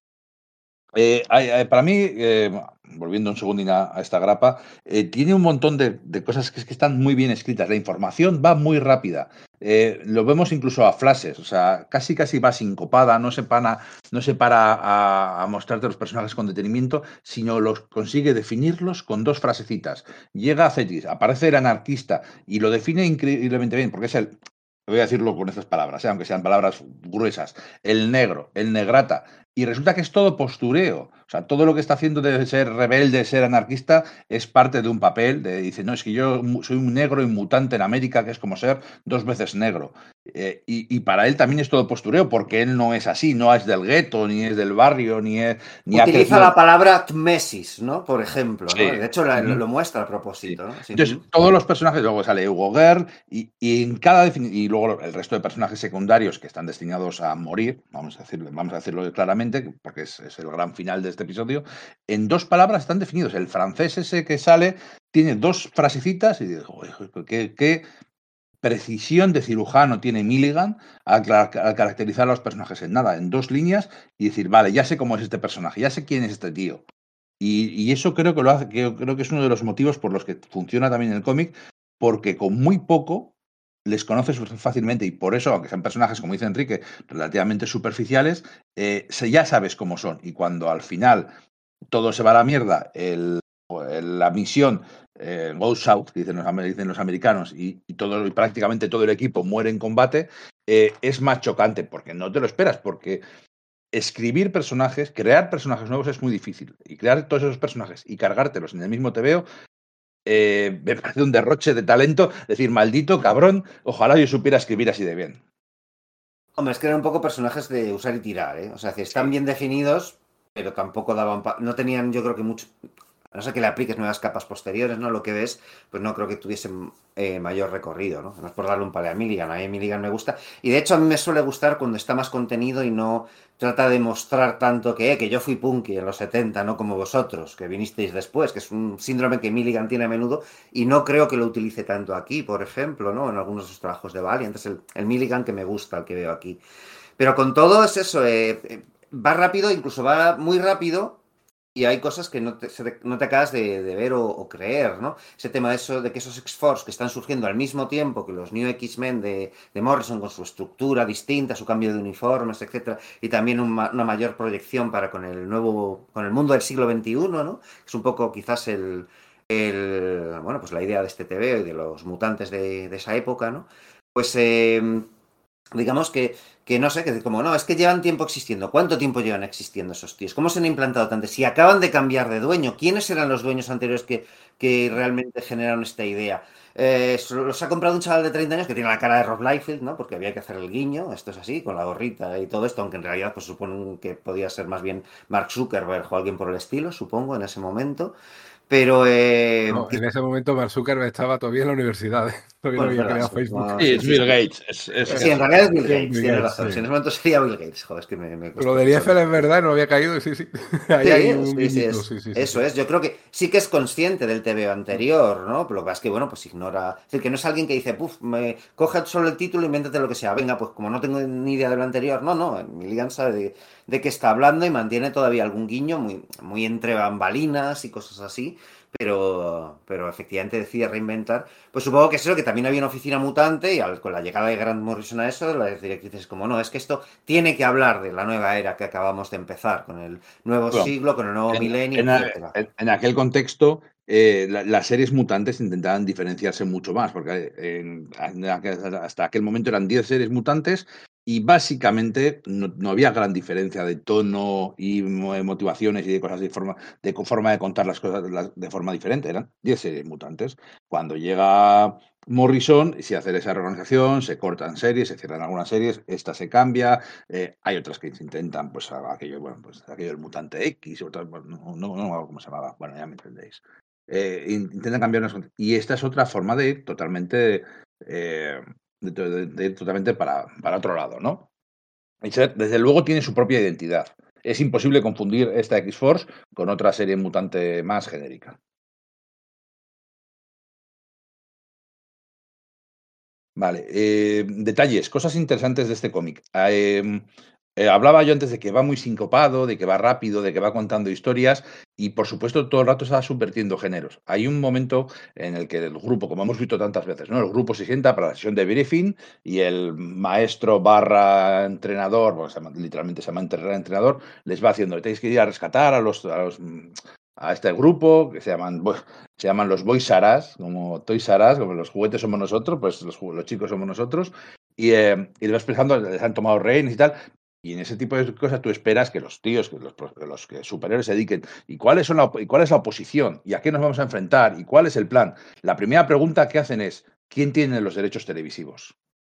Eh, hay- hay- para mí, eh, volviendo un segundín a, a esta grapa, eh, tiene un montón de, de cosas que, es que están muy bien escritas. La información va muy rápida. Eh, lo vemos incluso a flashes, o sea, casi casi va sincopada, no se para, no se para a, a mostrarte los personajes con detenimiento, sino los consigue definirlos con dos frasecitas. Llega a Cetis, aparece el anarquista y lo define increíblemente bien, porque es el, voy a decirlo con estas palabras, eh, aunque sean palabras gruesas, el negro, el negrata. Y resulta que es todo postureo. O sea, todo lo que está haciendo de ser rebelde, ser anarquista, es parte de un papel. De, dice, no, es que yo soy un negro inmutante en América, que es como ser dos veces negro. Eh, y, y, para él también es todo postureo, porque él no es así, no es del gueto, ni es del barrio, ni, es, ni ha Utiliza crecido. la palabra tmesis, ¿no? Por ejemplo, ¿no? Sí. De hecho, la- Ujú. lo muestra a Sí. propósito, ¿no? Sí. Entonces, todos los personajes, luego sale Hugo Guerr, y, y en cada defini- y luego el resto de personajes secundarios que están destinados a morir, vamos a decirlo, vamos a decirlo claramente, porque es, es el gran final de este episodio, en dos palabras están definidos. El francés ese que sale tiene dos frasecitas y digo, "Joder, qué, qué precisión de cirujano tiene Milligan al, cla- al caracterizar a los personajes en nada, en dos líneas y decir, vale, ya sé cómo es este personaje, ya sé quién es este tío. Y, y eso creo que lo hace, que creo que es uno de los motivos por los que funciona también el cómic, porque con muy poco les conoces fácilmente y por eso, aunque sean personajes, como dice Enrique, relativamente superficiales, eh, se, ya sabes cómo son. Y cuando al final todo se va a la mierda, el, el- la misión eh, goes south, dicen los, dicen los americanos, y, y todo, y prácticamente todo el equipo muere en combate, eh, es más chocante, porque no te lo esperas, porque escribir personajes, crear personajes nuevos es muy difícil. Y crear todos esos personajes y cargártelos en el mismo T V O, eh, me parece un derroche de talento. Decir, maldito cabrón, ojalá yo supiera escribir así de bien. Hombre, es que eran un poco personajes de usar y tirar, ¿eh? O sea, que están Sí. bien definidos, pero tampoco daban... pa- no tenían, yo creo que mucho... A no ser que le apliques nuevas capas posteriores, ¿no? Lo que ves, pues no creo que tuviesen eh, mayor recorrido, ¿no? No es por darle un pale a Milligan, a mí Milligan me gusta. Y de hecho a mí me suele gustar cuando está más contenido y no trata de mostrar tanto que, eh, que yo fui punky en los setenta, no como vosotros, que vinisteis después, que es un síndrome que Milligan tiene a menudo y no creo que lo utilice tanto aquí, por ejemplo, ¿no? En algunos de sus trabajos de Valiant, es el, el Milligan que me gusta, el que veo aquí. Pero con todo es eso, eh, eh, va rápido, incluso va muy rápido y hay cosas que no te, se te- no te acabas de, de ver o, o creer, ¿no? Ese tema de eso, de que esos X-Force que están surgiendo al mismo tiempo que los New X-Men de, de Morrison con su estructura distinta, su cambio de uniformes, etcétera, y también un ma- una mayor proyección para con el nuevo, con el mundo del siglo veintiuno, ¿no? Es un poco quizás el, el, bueno, pues la idea de este T V O y de los mutantes de, de esa época, ¿no? Pues eh, digamos que, que no sé, que como no, es que llevan tiempo existiendo. ¿Cuánto tiempo llevan existiendo esos tíos? ¿Cómo se han implantado tanto? Si acaban de cambiar de dueño, ¿quiénes eran los dueños anteriores que, que realmente generaron esta idea? Eh, los ha comprado un chaval de treinta años que tiene la cara de Rob Liefeld, ¿no? Porque había que hacer el guiño, esto es así, con la gorrita y todo esto, aunque en realidad pues suponen que podía ser más bien Mark Zuckerberg o alguien por el estilo, supongo, en ese momento. Pero eh, No, en ese momento Mark Zuckerberg estaba todavía en la universidad. Todavía bueno, no es había verdad, creado sí, Facebook. no, Sí, sí, es sí, Bill sí. Gates. Es, es- Sí, en realidad es Bill Sí, Gates, Bill tienes Gates, razón. sí. Si en ese momento sería Bill Gates, joder, es que me, me Lo costó de mucho. Liefeld es verdad, no había caído, sí, sí. Ahí hay Sí, un sí, sí, guiñito, es, sí, sí, sí, eso sí. es. Yo creo que sí que es consciente del T V O anterior, ¿no? Pero lo que pasa es que, bueno, pues ignora. Es decir, que no es alguien que dice, puf, me coge solo el título, invéntate lo que sea. Venga, pues como no tengo ni idea de lo anterior, no, no. Milligan sabe de, de qué está hablando y mantiene todavía algún guiño muy, muy entre bambalinas y cosas así. Pero, pero efectivamente decide reinventar. Pues supongo que es eso, que también había una oficina mutante y al- con la llegada de Grant Morrison a eso, las directrices como, no, es que esto tiene que hablar de la nueva era que acabamos de empezar, con el nuevo Bueno, siglo, con el nuevo en, milenio, en a- etcétera. en- en aquel contexto, eh, la- las series mutantes intentaban diferenciarse mucho más, porque en- en aquel- hasta aquel momento eran diez series mutantes y básicamente no, no había gran diferencia de tono y mo- motivaciones y de cosas de forma de co- forma de contar las cosas las- de forma diferente. Eran diez series mutantes. Cuando llega Morrison, se hace esa reorganización, se cortan series, se cierran algunas series, esta se cambia, eh, hay otras que se intentan, pues a- aquello, bueno, pues aquello del mutante X, o tal, bueno, no, no, no me acuerdo cómo se llamaba, bueno, ya me entendéis. Eh, in- intentan cambiar unas cosas. Y esta es otra forma de ir totalmente, eh, de, de- de ir totalmente para, para otro lado, ¿no? Y se- desde luego tiene su propia identidad. Es imposible confundir esta X-Force con otra serie mutante más genérica. Vale, eh, detalles, cosas interesantes de este cómic. Ah, em, eh, hablaba yo antes de que va muy sincopado, de que va rápido, de que va contando historias y por supuesto todo el rato está subvertiendo géneros. Hay un momento en el que el grupo, como hemos visto tantas veces, ¿no? El grupo se sienta para la sesión de briefing y el maestro barra entrenador, bueno, se llama- literalmente se llama entre- entrenador, les va haciendo, tenéis que ir a rescatar a los, a los, mm, a este grupo que se llaman, bueno, se llaman los Boys Saras, como Toys Saras, como los juguetes somos nosotros, pues los, ju- los chicos somos nosotros, y, eh, y les va explicando, les han tomado rehenes y tal, y en ese tipo de cosas tú esperas que los tíos, que los, pro- que los que superiores se dediquen, ¿y cuáles son la, op- y cuál es la oposición? ¿Y a qué nos vamos a enfrentar? ¿Y cuál es el plan? La primera pregunta que hacen es, ¿quién tiene los derechos televisivos?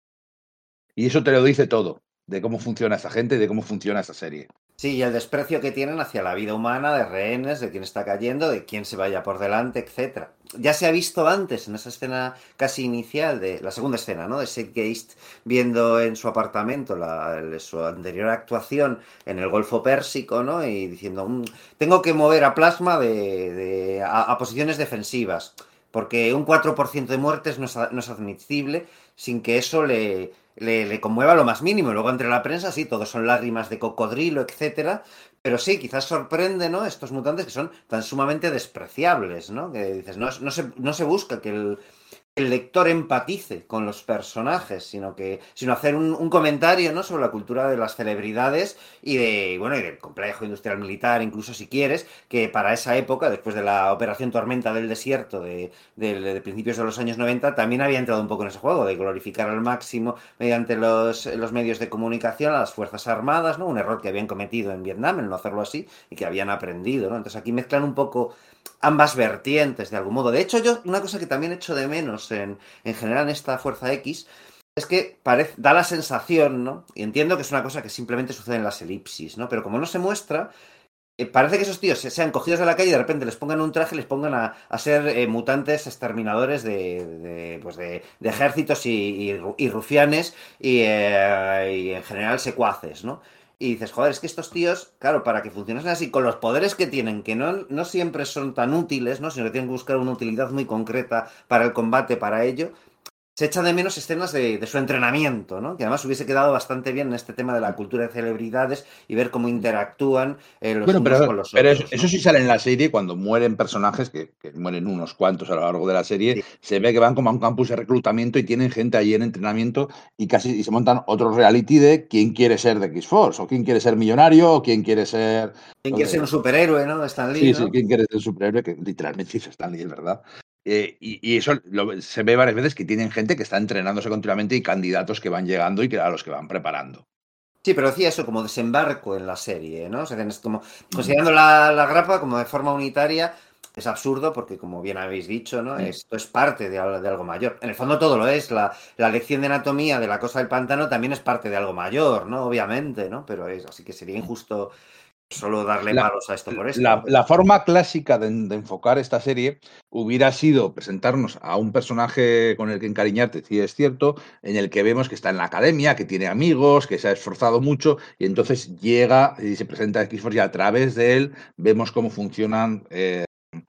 Y eso te lo dice todo, de cómo funciona esta gente y de cómo funciona esta serie. Sí, y el desprecio que tienen hacia la vida humana, de rehenes, de quién está cayendo, de quién se vaya por delante, etcétera. Ya se ha visto antes, en esa escena casi inicial, de la segunda escena, ¿no? De Sid Geist viendo en su apartamento la, el- su anterior actuación en el Golfo Pérsico, ¿no? Y diciendo, "Mm, tengo que mover a Plasma de, de- a, a posiciones defensivas, porque un cuatro por ciento de muertes no es, a- no es admisible sin que eso le, le, le conmueva lo más mínimo. Luego entre la prensa, sí, todos son lágrimas de cocodrilo, etcétera. Pero sí, quizás sorprende, ¿no? Estos mutantes que son tan sumamente despreciables, ¿no? Que dices, no, no se, no se busca que el, el lector empatice con los personajes, sino que sino hacer un, un comentario, ¿no? Sobre la cultura de las celebridades y de bueno y del complejo industrial militar, incluso si quieres, que para esa época, después de la Operación Tormenta del Desierto de, de- de principios de los años noventa, también había entrado un poco en ese juego de glorificar al máximo mediante los, los medios de comunicación a las Fuerzas Armadas, ¿no? Un error que habían cometido en Vietnam, el no hacerlo así, y que habían aprendido, ¿no? Entonces aquí mezclan un poco ambas vertientes de algún modo. De hecho, yo una cosa que también echo de menos en, en general en esta Fuerza X es que parece, da la sensación, ¿no? Y entiendo que es una cosa que simplemente sucede en las elipsis, ¿no? Pero como no se muestra, eh, parece que esos tíos se, sean cogidos de la calle y de repente les pongan un traje y les pongan a, a ser eh, mutantes exterminadores de, de, pues de, de ejércitos y, y, y rufianes y, eh, y en general secuaces, ¿no? Y dices, joder, es que estos tíos, claro, para que funcionen así, con los poderes que tienen, que no, no siempre son tan útiles, ¿no? Sino que tienen que buscar una utilidad muy concreta para el combate, para ello, se echa de menos escenas de, de su entrenamiento, ¿no? Que además hubiese quedado bastante bien en este tema de la cultura de celebridades y ver cómo interactúan eh, los Bueno, unos pero, con los pero otros, eso, eso ¿no? sí sale en la serie cuando mueren personajes, que, que mueren unos cuantos a lo largo de la serie, Sí. se ve que van como a un campus de reclutamiento y tienen gente allí en entrenamiento y casi y se montan otro reality de quién quiere ser de X-Force, o quién quiere ser millonario, o quién quiere ser... Quien o quiere ser de- un superhéroe, ¿no? Stan Lee, sí, sí, ¿no? quién quiere ser superhéroe, que literalmente es Stan Lee, es verdad. Eh, y, y eso lo- se ve varias veces que tienen gente que está entrenándose continuamente y candidatos que van llegando y que, a los que van preparando. Sí, pero decía eso como desembarco en la serie, ¿no? O sea, es como Mm, considerando la, la grapa como de forma unitaria, es absurdo porque, como bien habéis dicho, ¿no? mm. Esto es parte de, al- de algo mayor. En el fondo todo lo es. La, la lección de anatomía de la cosa del pantano también es parte de algo mayor, ¿no? Obviamente, ¿no? Pero es así que sería injusto solo darle La, palos a esto por esto, la- ¿no? la forma clásica de, de enfocar esta serie hubiera sido presentarnos a un personaje con el que encariñarte, si es cierto, en el que vemos que está en la academia, que tiene amigos, que se ha esforzado mucho, y entonces llega y se presenta a X-Force y a través de él vemos cómo funcionan eh,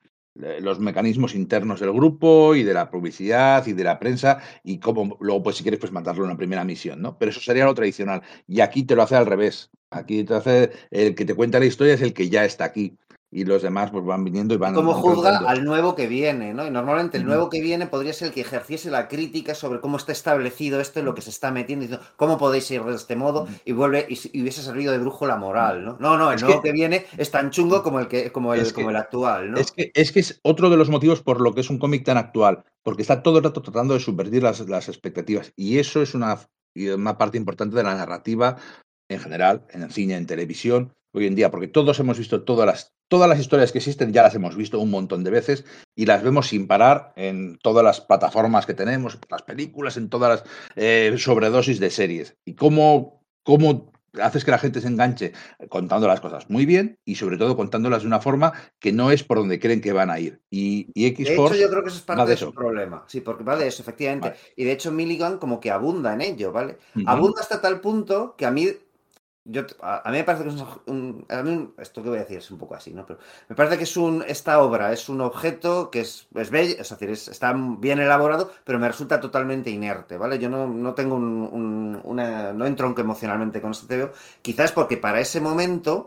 los mecanismos internos del grupo y de la publicidad y de la prensa y cómo luego, pues si quieres, pues mandarlo a una primera misión, ¿no? Pero eso sería lo tradicional. Y aquí te lo hace al revés. Aquí te hace el que te cuenta la historia es el que ya está aquí. Y los demás pues van viniendo y Y van, cómo van juzga conociendo. al nuevo que viene, ¿no? Y normalmente el Ujú. nuevo que viene podría ser el que ejerciese la crítica sobre cómo está establecido esto y lo que se está metiendo, diciendo, ¿cómo podéis ir de este modo? Y vuelve y, y hubiese servido de brújula moral, ¿no? No, no, el Es nuevo que, que viene es tan chungo como el que, como el, es como que, el actual, es ¿no? que, es que es otro de los motivos por lo que es un cómic tan actual, porque está todo el rato tratando de subvertir las, las expectativas. Y eso es una, y una parte importante de la narrativa en general, en el cine, en televisión, hoy en día, porque todos hemos visto todas las, todas las historias que existen, ya las hemos visto un montón de veces y las vemos sin parar en todas las plataformas que tenemos, en las películas, en todas las eh, sobredosis de series. Y cómo, cómo haces que la gente se enganche contando las cosas muy bien y sobre todo contándolas de una forma que no es por donde creen que van a ir. Y, y De hecho, yo X-Force creo que eso es va parte de de su eso. problema. Sí, porque va de eso, efectivamente. Vale. Y de hecho, Milligan como que abunda en ello, ¿vale? Ujú. Abunda hasta tal punto que a mí Yo, a, a mí me parece que es un, un- a mí un- esto que voy a decir es un poco así, ¿no? Pero me parece que es un, esta obra es un objeto que es, es bello, es decir, es- está bien elaborado, pero me resulta totalmente inerte, ¿vale? Yo no, no tengo un, un- una, no entronco emocionalmente con este T V O, quizás porque para ese momento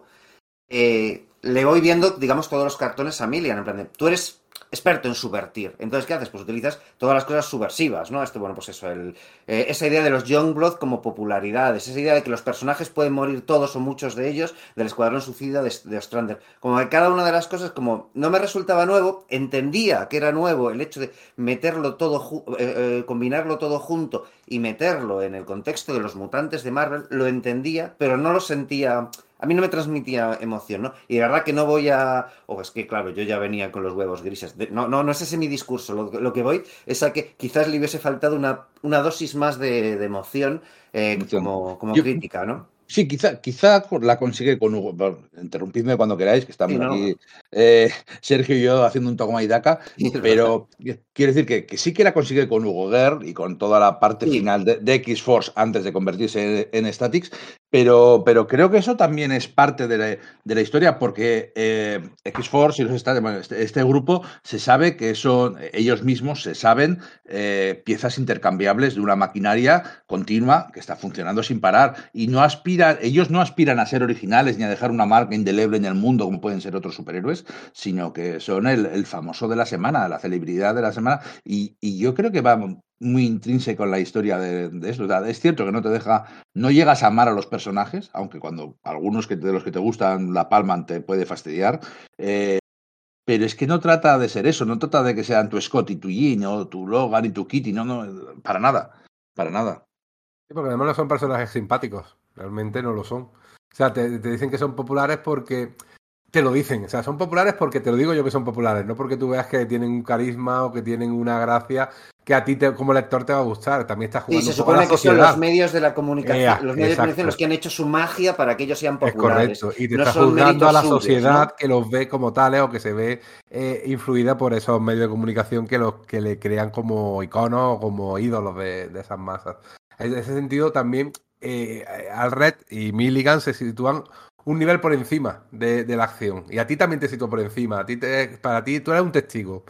eh, le voy viendo, digamos, todos los cartones a Milligan, en plan de, tú eres experto en subvertir. Entonces, ¿qué haces? Pues utilizas todas las cosas subversivas, ¿no? Este, bueno, pues eso, el, eh, esa idea de los Youngblood como popularidades, esa idea de que los personajes pueden morir todos o muchos de ellos del Escuadrón Suicida de, de Ostrander. Como que cada una de las cosas, como no me resultaba nuevo, entendía que era nuevo el hecho de meterlo todo, ju- eh, eh, combinarlo todo junto y meterlo en el contexto de los mutantes de Marvel, lo entendía, pero no lo sentía. A mí no me transmitía emoción, ¿no? Y de verdad que no voy a... O es que, claro, yo ya venía con los huevos grises. De- No, no, no es ese mi discurso. Lo, lo que voy es a que quizás le hubiese faltado una, una dosis más de, de emoción eh, Emoción. como, como Yo, crítica, ¿no? sí, quizá, quizá la consigue con Hugo. Bueno, interrumpidme cuando queráis, que Sí, estamos aquí no. eh, Sergio y yo haciendo un toma y daca, Sí, es verdad. pero quiero decir que, que sí que la consigue con Hugo Guerr y con toda la parte Sí, final de, de X-Force antes de convertirse en, en Statix, pero, pero creo que eso también es parte de la, de la historia, porque eh, X-Force y los Statix, bueno, este, este grupo se sabe que son, ellos mismos se saben eh, piezas intercambiables de una maquinaria continua que está funcionando sin parar y no aspiran, ellos no aspiran a ser originales ni a dejar una marca indeleble en el mundo como pueden ser otros superhéroes, sino que son el, el famoso de la semana, la celebridad de la semana y, y yo creo que va muy intrínseco en la historia de, de esto. O sea, es cierto que no te deja, no llegas a amar a los personajes, aunque cuando algunos que, de los que te gustan la palman te puede fastidiar. Eh, pero es que no trata de ser eso, no trata de que sean tu Scott y tu Jean o tu Logan y tu Kitty, no, no, para nada, para nada. Sí, porque además no son personajes simpáticos, realmente no lo son. O sea, te, te dicen que son populares porque te lo dicen, o sea, son populares porque te lo digo yo que son populares, no porque tú veas que tienen un carisma o que tienen una gracia que a ti te, como lector te va a gustar. También estás sí, jugando se un poco a la supone que son los sociedad. medios de la Eh, comunicación, los medios de comunicación los exacto, que han hecho su magia para que ellos sean es populares. correcto. Y te No estás son juzgando a méritos la suyos, sociedad ¿no? que los ve como tales o que se ve eh, influida por esos medios de comunicación que los que le crean como iconos o como ídolos de, de esas masas. En ese sentido también eh, Alred y Milligan se sitúan un nivel por encima de, de la acción. Y a ti también te sitúa por encima. A ti te, para ti, tú eres un testigo.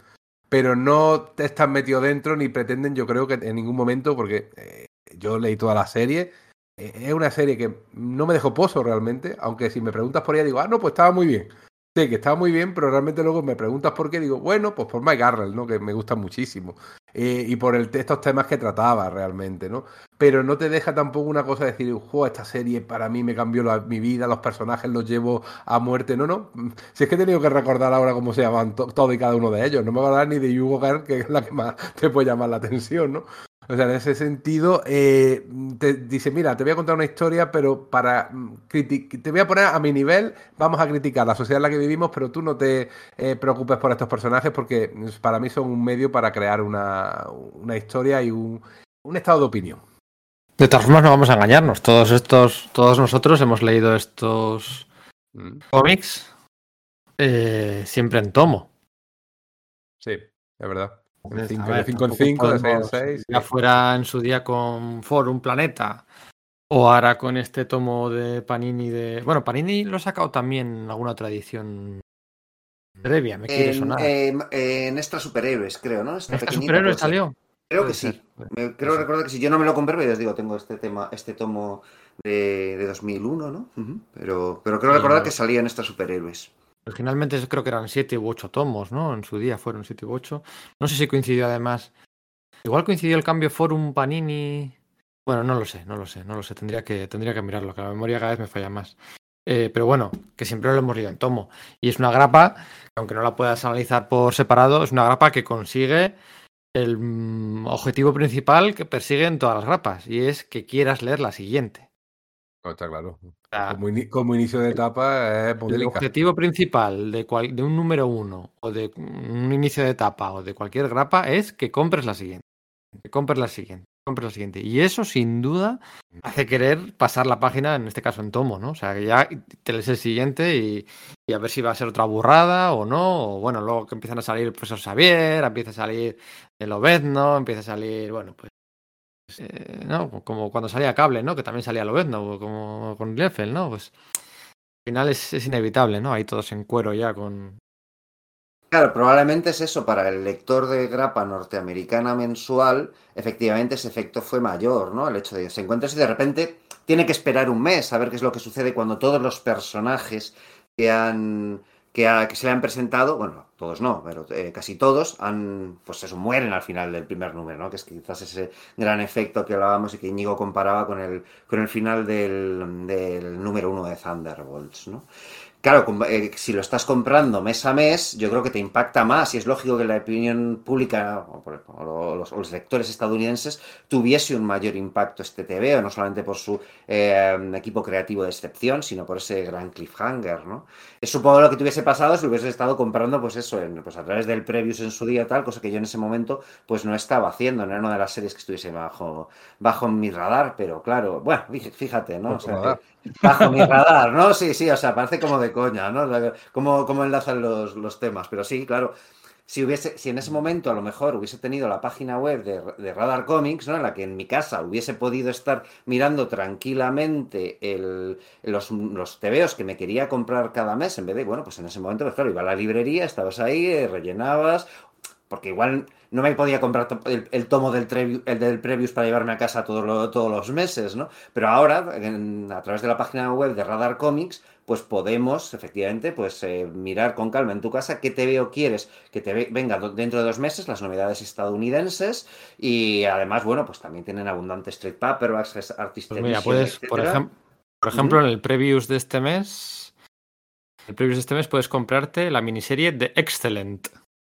pero no te están metido dentro ni pretenden, yo creo que en ningún momento, porque eh, yo leí toda la serie, eh, es una serie que no me dejó pozo realmente, aunque si me preguntas por ella digo, ah, no, pues estaba muy bien. Sí, que estaba muy bien, pero realmente luego me preguntas por qué, digo, bueno, pues por Mike Garrel, ¿no? Que me gusta muchísimo. Eh, y por el, estos temas que trataba realmente, ¿no? Pero no te deja tampoco una cosa de decir, jo, esta serie para mí me cambió la, mi vida, los personajes los llevo a muerte. No, no. Si es que he tenido que recordar ahora cómo se llaman to, todo y cada uno de ellos. No me voy a hablar ni de Hugo Girl, que es la que más te puede llamar la atención, ¿no? O sea, en ese sentido, eh, te dice, mira, te voy a contar una historia, pero para criticar, te voy a poner a mi nivel, vamos a criticar la sociedad en la que vivimos, pero tú no te eh, preocupes por estos personajes porque para mí son un medio para crear una, una historia y un, un estado de opinión. De todas formas, no vamos a engañarnos. Todos estos, todos nosotros hemos leído estos mm. cómics eh, siempre en tomo. Sí, es verdad. De cinco en cinco, de seis en seis. Ya fuera en su día con Forum Planeta o ahora con este tomo de Panini de... Bueno, Panini lo ha sacado también en alguna otra edición previa, me quiere en, sonar. Eh, en Extra Superhéroes, creo, ¿no? Esta ¿Extra Superhéroes salió? Creo que sí. Me, creo recordar que sí. Yo no me lo compré, pero ya os digo, tengo este tema, este tomo de, de dos mil uno, ¿no? Uh-huh. Pero, pero creo recordar que salía en Extra Superhéroes. Originalmente creo que eran siete u ocho tomos, ¿no? En su día fueron siete u ocho. No sé si coincidió además. Igual coincidió el cambio Forum Panini. Bueno, no lo sé, no lo sé, no lo sé. Tendría que, tendría que mirarlo, que la memoria cada vez me falla más. Eh, pero bueno, que siempre lo hemos leído en tomo. Y es una grapa, aunque no la puedas analizar por separado, es una grapa que consigue el mm, objetivo principal que persiguen todas las grapas. Y es que quieras leer la siguiente. No, está claro. Como, in, como inicio de etapa es el objetivo principal de, cual, de un número uno o de un inicio de etapa o de cualquier grapa es que compres la siguiente, que compres la siguiente, compres la siguiente. Y eso sin duda hace querer pasar la página, en este caso en tomo, ¿no? O sea, que ya te lees el siguiente y, y a ver si va a ser otra burrada o no. O bueno, luego que empiezan a salir el profesor Xavier, empieza a salir el Lobezno, empieza a salir, bueno, pues Eh, no, como cuando salía Cable, ¿no? Que también salía Lobezno, como con Liefeld, ¿no? Pues al final es, es inevitable, ¿no? Ahí todos en cuero ya con... Claro, probablemente es eso, para el lector de grapa norteamericana mensual, efectivamente ese efecto fue mayor, ¿no? El hecho de que se encuentra y de repente tiene que esperar un mes a ver qué es lo que sucede cuando todos los personajes que han... Que, a, que se le han presentado, bueno, todos no, pero eh, casi todos han, pues eso, mueren al final del primer número, ¿no? Que es quizás ese gran efecto que hablábamos y que Íñigo comparaba con el, con el final del, del número uno de Thunderbolts, ¿no? Claro, eh, si lo estás comprando mes a mes, yo creo que te impacta más y es lógico que la opinión pública o, por, o, los, o los lectores estadounidenses tuviese un mayor impacto este T V O, no solamente por su eh, equipo creativo de excepción, sino por ese gran cliffhanger, ¿no? Es supongo lo que te hubiese pasado si hubiese estado comprando, pues eso, en, pues a través del Previews en su día tal, cosa que yo en ese momento pues no estaba haciendo, no era una de las series que estuviese bajo, bajo mi radar, pero claro, bueno, fíjate, ¿no? O sea, que, bajo mi radar, ¿no? Sí, sí, o sea, parece como de coña, ¿no? Cómo, cómo enlazan los, los temas, pero sí, claro, si hubiese, si en ese momento a lo mejor hubiese tenido la página web de, de Radar Comics, ¿no? En la que en mi casa hubiese podido estar mirando tranquilamente el, los, los tebeos que me quería comprar cada mes, en vez de, bueno, pues en ese momento, pues claro, iba a la librería, estabas ahí, rellenabas, porque igual no me podía comprar el, el tomo del, trevi, el del Previews para llevarme a casa todo lo, todos los meses, ¿no? Pero ahora, en, a través de la página web de Radar Comics, pues podemos, efectivamente, pues eh, mirar con calma en tu casa qué T V O quieres que te ve, venga dentro de dos meses, las novedades estadounidenses, y además, bueno, pues también tienen abundantes trade paperbacks, artist pues mira, puedes, por, ejem por ejemplo, uh-huh. en el Previews de este mes, el Previews de este mes puedes comprarte la miniserie de Excellent.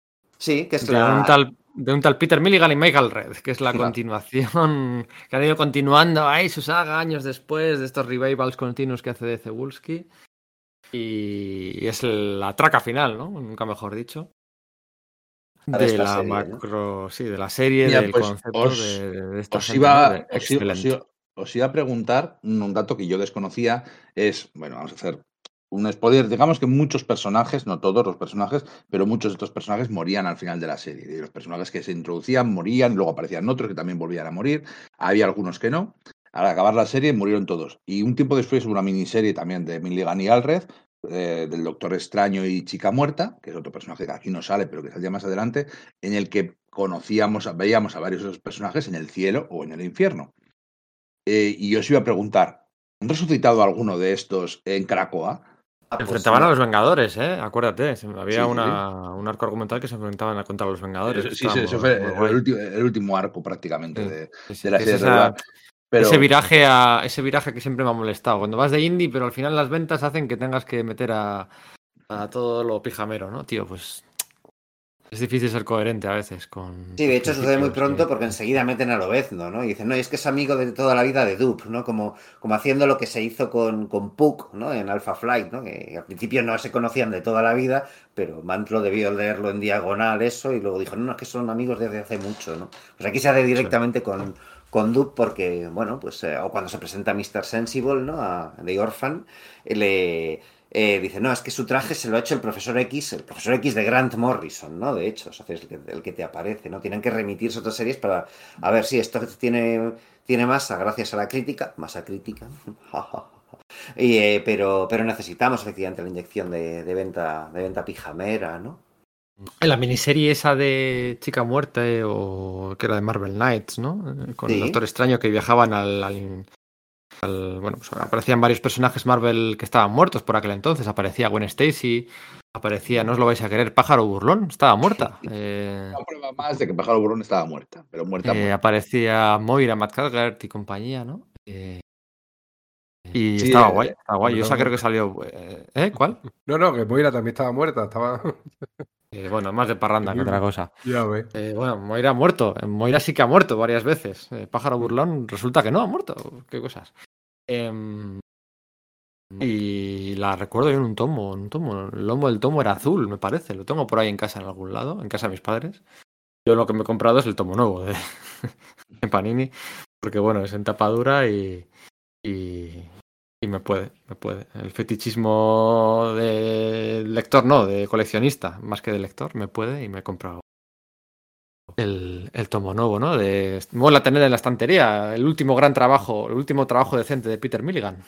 Sí, que es de la... un tal de un tal Peter Milligan y Michael Red, que es la claro. continuación, que han ido continuando ahí su saga años después de estos revivals continuos que hace de Cebulski. Y es la traca final, ¿no? Nunca mejor dicho. De la serie, macro, ¿no? Sí, de la serie, Mira, del pues concepto os, de, de esta os gente, iba, ¿no? de os, iba, os, iba, os iba a preguntar un dato que yo desconocía, es, bueno, vamos a hacer un spoiler, digamos que muchos personajes, no todos los personajes, pero muchos de estos personajes morían al final de la serie. Y los personajes que se introducían morían, luego aparecían otros que también volvían a morir. Había algunos que no. Al acabar la serie murieron todos. Y un tiempo después hubo una miniserie también de Milligan y Allred, eh, del Doctor Extraño y Chica Muerta, que es otro personaje que aquí no sale, pero que saldría más adelante, en el que conocíamos, veíamos a varios de esos personajes en el cielo o en el infierno. Eh, y yo os iba a preguntar, ¿han resucitado alguno de estos en Krakoa? Ah, pues Enfrentaban no. a los Vengadores, ¿eh? Acuérdate, se- había Sí, sí, una, un arco argumental que se enfrentaban contra los Vengadores. Eso- que sí, estaba sí, muy, eso fue muy el, guay. último, el último arco prácticamente Sí, de, sí, de sí, la que es serie esa- regular. Pero ese viraje a ese viraje que siempre me ha molestado. Cuando vas de indie, pero al final las ventas hacen que tengas que meter a, a todo lo pijamero, ¿no, tío? Pues es difícil ser coherente a veces con Sí, de tus hecho sucede muy principios. pronto y- porque enseguida meten a Lobezno, ¿no? Y dicen, no, y es que es amigo de toda la vida de Dupe, ¿no? Como, como haciendo lo que se hizo con, con Puck, ¿no? En Alpha Flight, ¿no? Que al principio no se conocían de toda la vida, pero Mantlo debió leerlo en diagonal eso y luego dijo, no, no, es que son amigos desde hace mucho, ¿no? Pues aquí se hace directamente con, con Dupe porque, bueno, pues, eh, o cuando se presenta mister Sensible, ¿no? A The Orphan, eh, le... Eh, dice, no, es que su traje se lo ha hecho el profesor X, el profesor X de Grant Morrison, ¿no? De hecho, o sea, es el que, el que te aparece, ¿no? Tienen que remitirse a otras series para, a ver si esto tiene, tiene masa gracias a la crítica, masa crítica, y, eh, pero, pero necesitamos efectivamente la inyección de, de venta, de venta pijamera, ¿no? En la miniserie esa de Chica Muerta eh, o que era de Marvel Knights, ¿no? Eh, Con el Sí. Doctor Extraño que viajaban al, al- al- bueno, pues aparecían varios personajes Marvel que estaban muertos por aquel entonces. Aparecía Gwen Stacy, aparecía, no os lo vais a querer, Pájaro Burlón, estaba muerta. Eh, una prueba más de que Pájaro Burrón estaba muerta, pero muerta, eh, muerta. aparecía Moira McTaggart y compañía, ¿no? Eh, y Sí, estaba eh, guay, estaba guay. Yo esa Hombre, creo que salió. eh, ¿Eh? ¿Cuál? No, no, que Moira también estaba muerta, estaba. Eh, bueno, más de parranda que otra cosa. Ya ves. Eh, bueno, Moira ha muerto. Eh, Moira sí que ha muerto varias veces. Eh, Pájaro Burlón resulta que no ha muerto. Qué cosas. Em, y la recuerdo yo en un tomo, en un tomo. El lomo del tomo era azul, me parece. Lo tengo por ahí en casa en algún lado, en casa de mis padres. Yo lo que me he comprado es el tomo nuevo de, de Panini. Porque bueno, es en tapa dura y, y, y me puede, me puede. El fetichismo de lector, no, de coleccionista, más que de lector, me puede y me he comprado el, el tomo nuevo, ¿no? De, mola tener en la estantería el último gran trabajo, el último trabajo decente de Peter Milligan.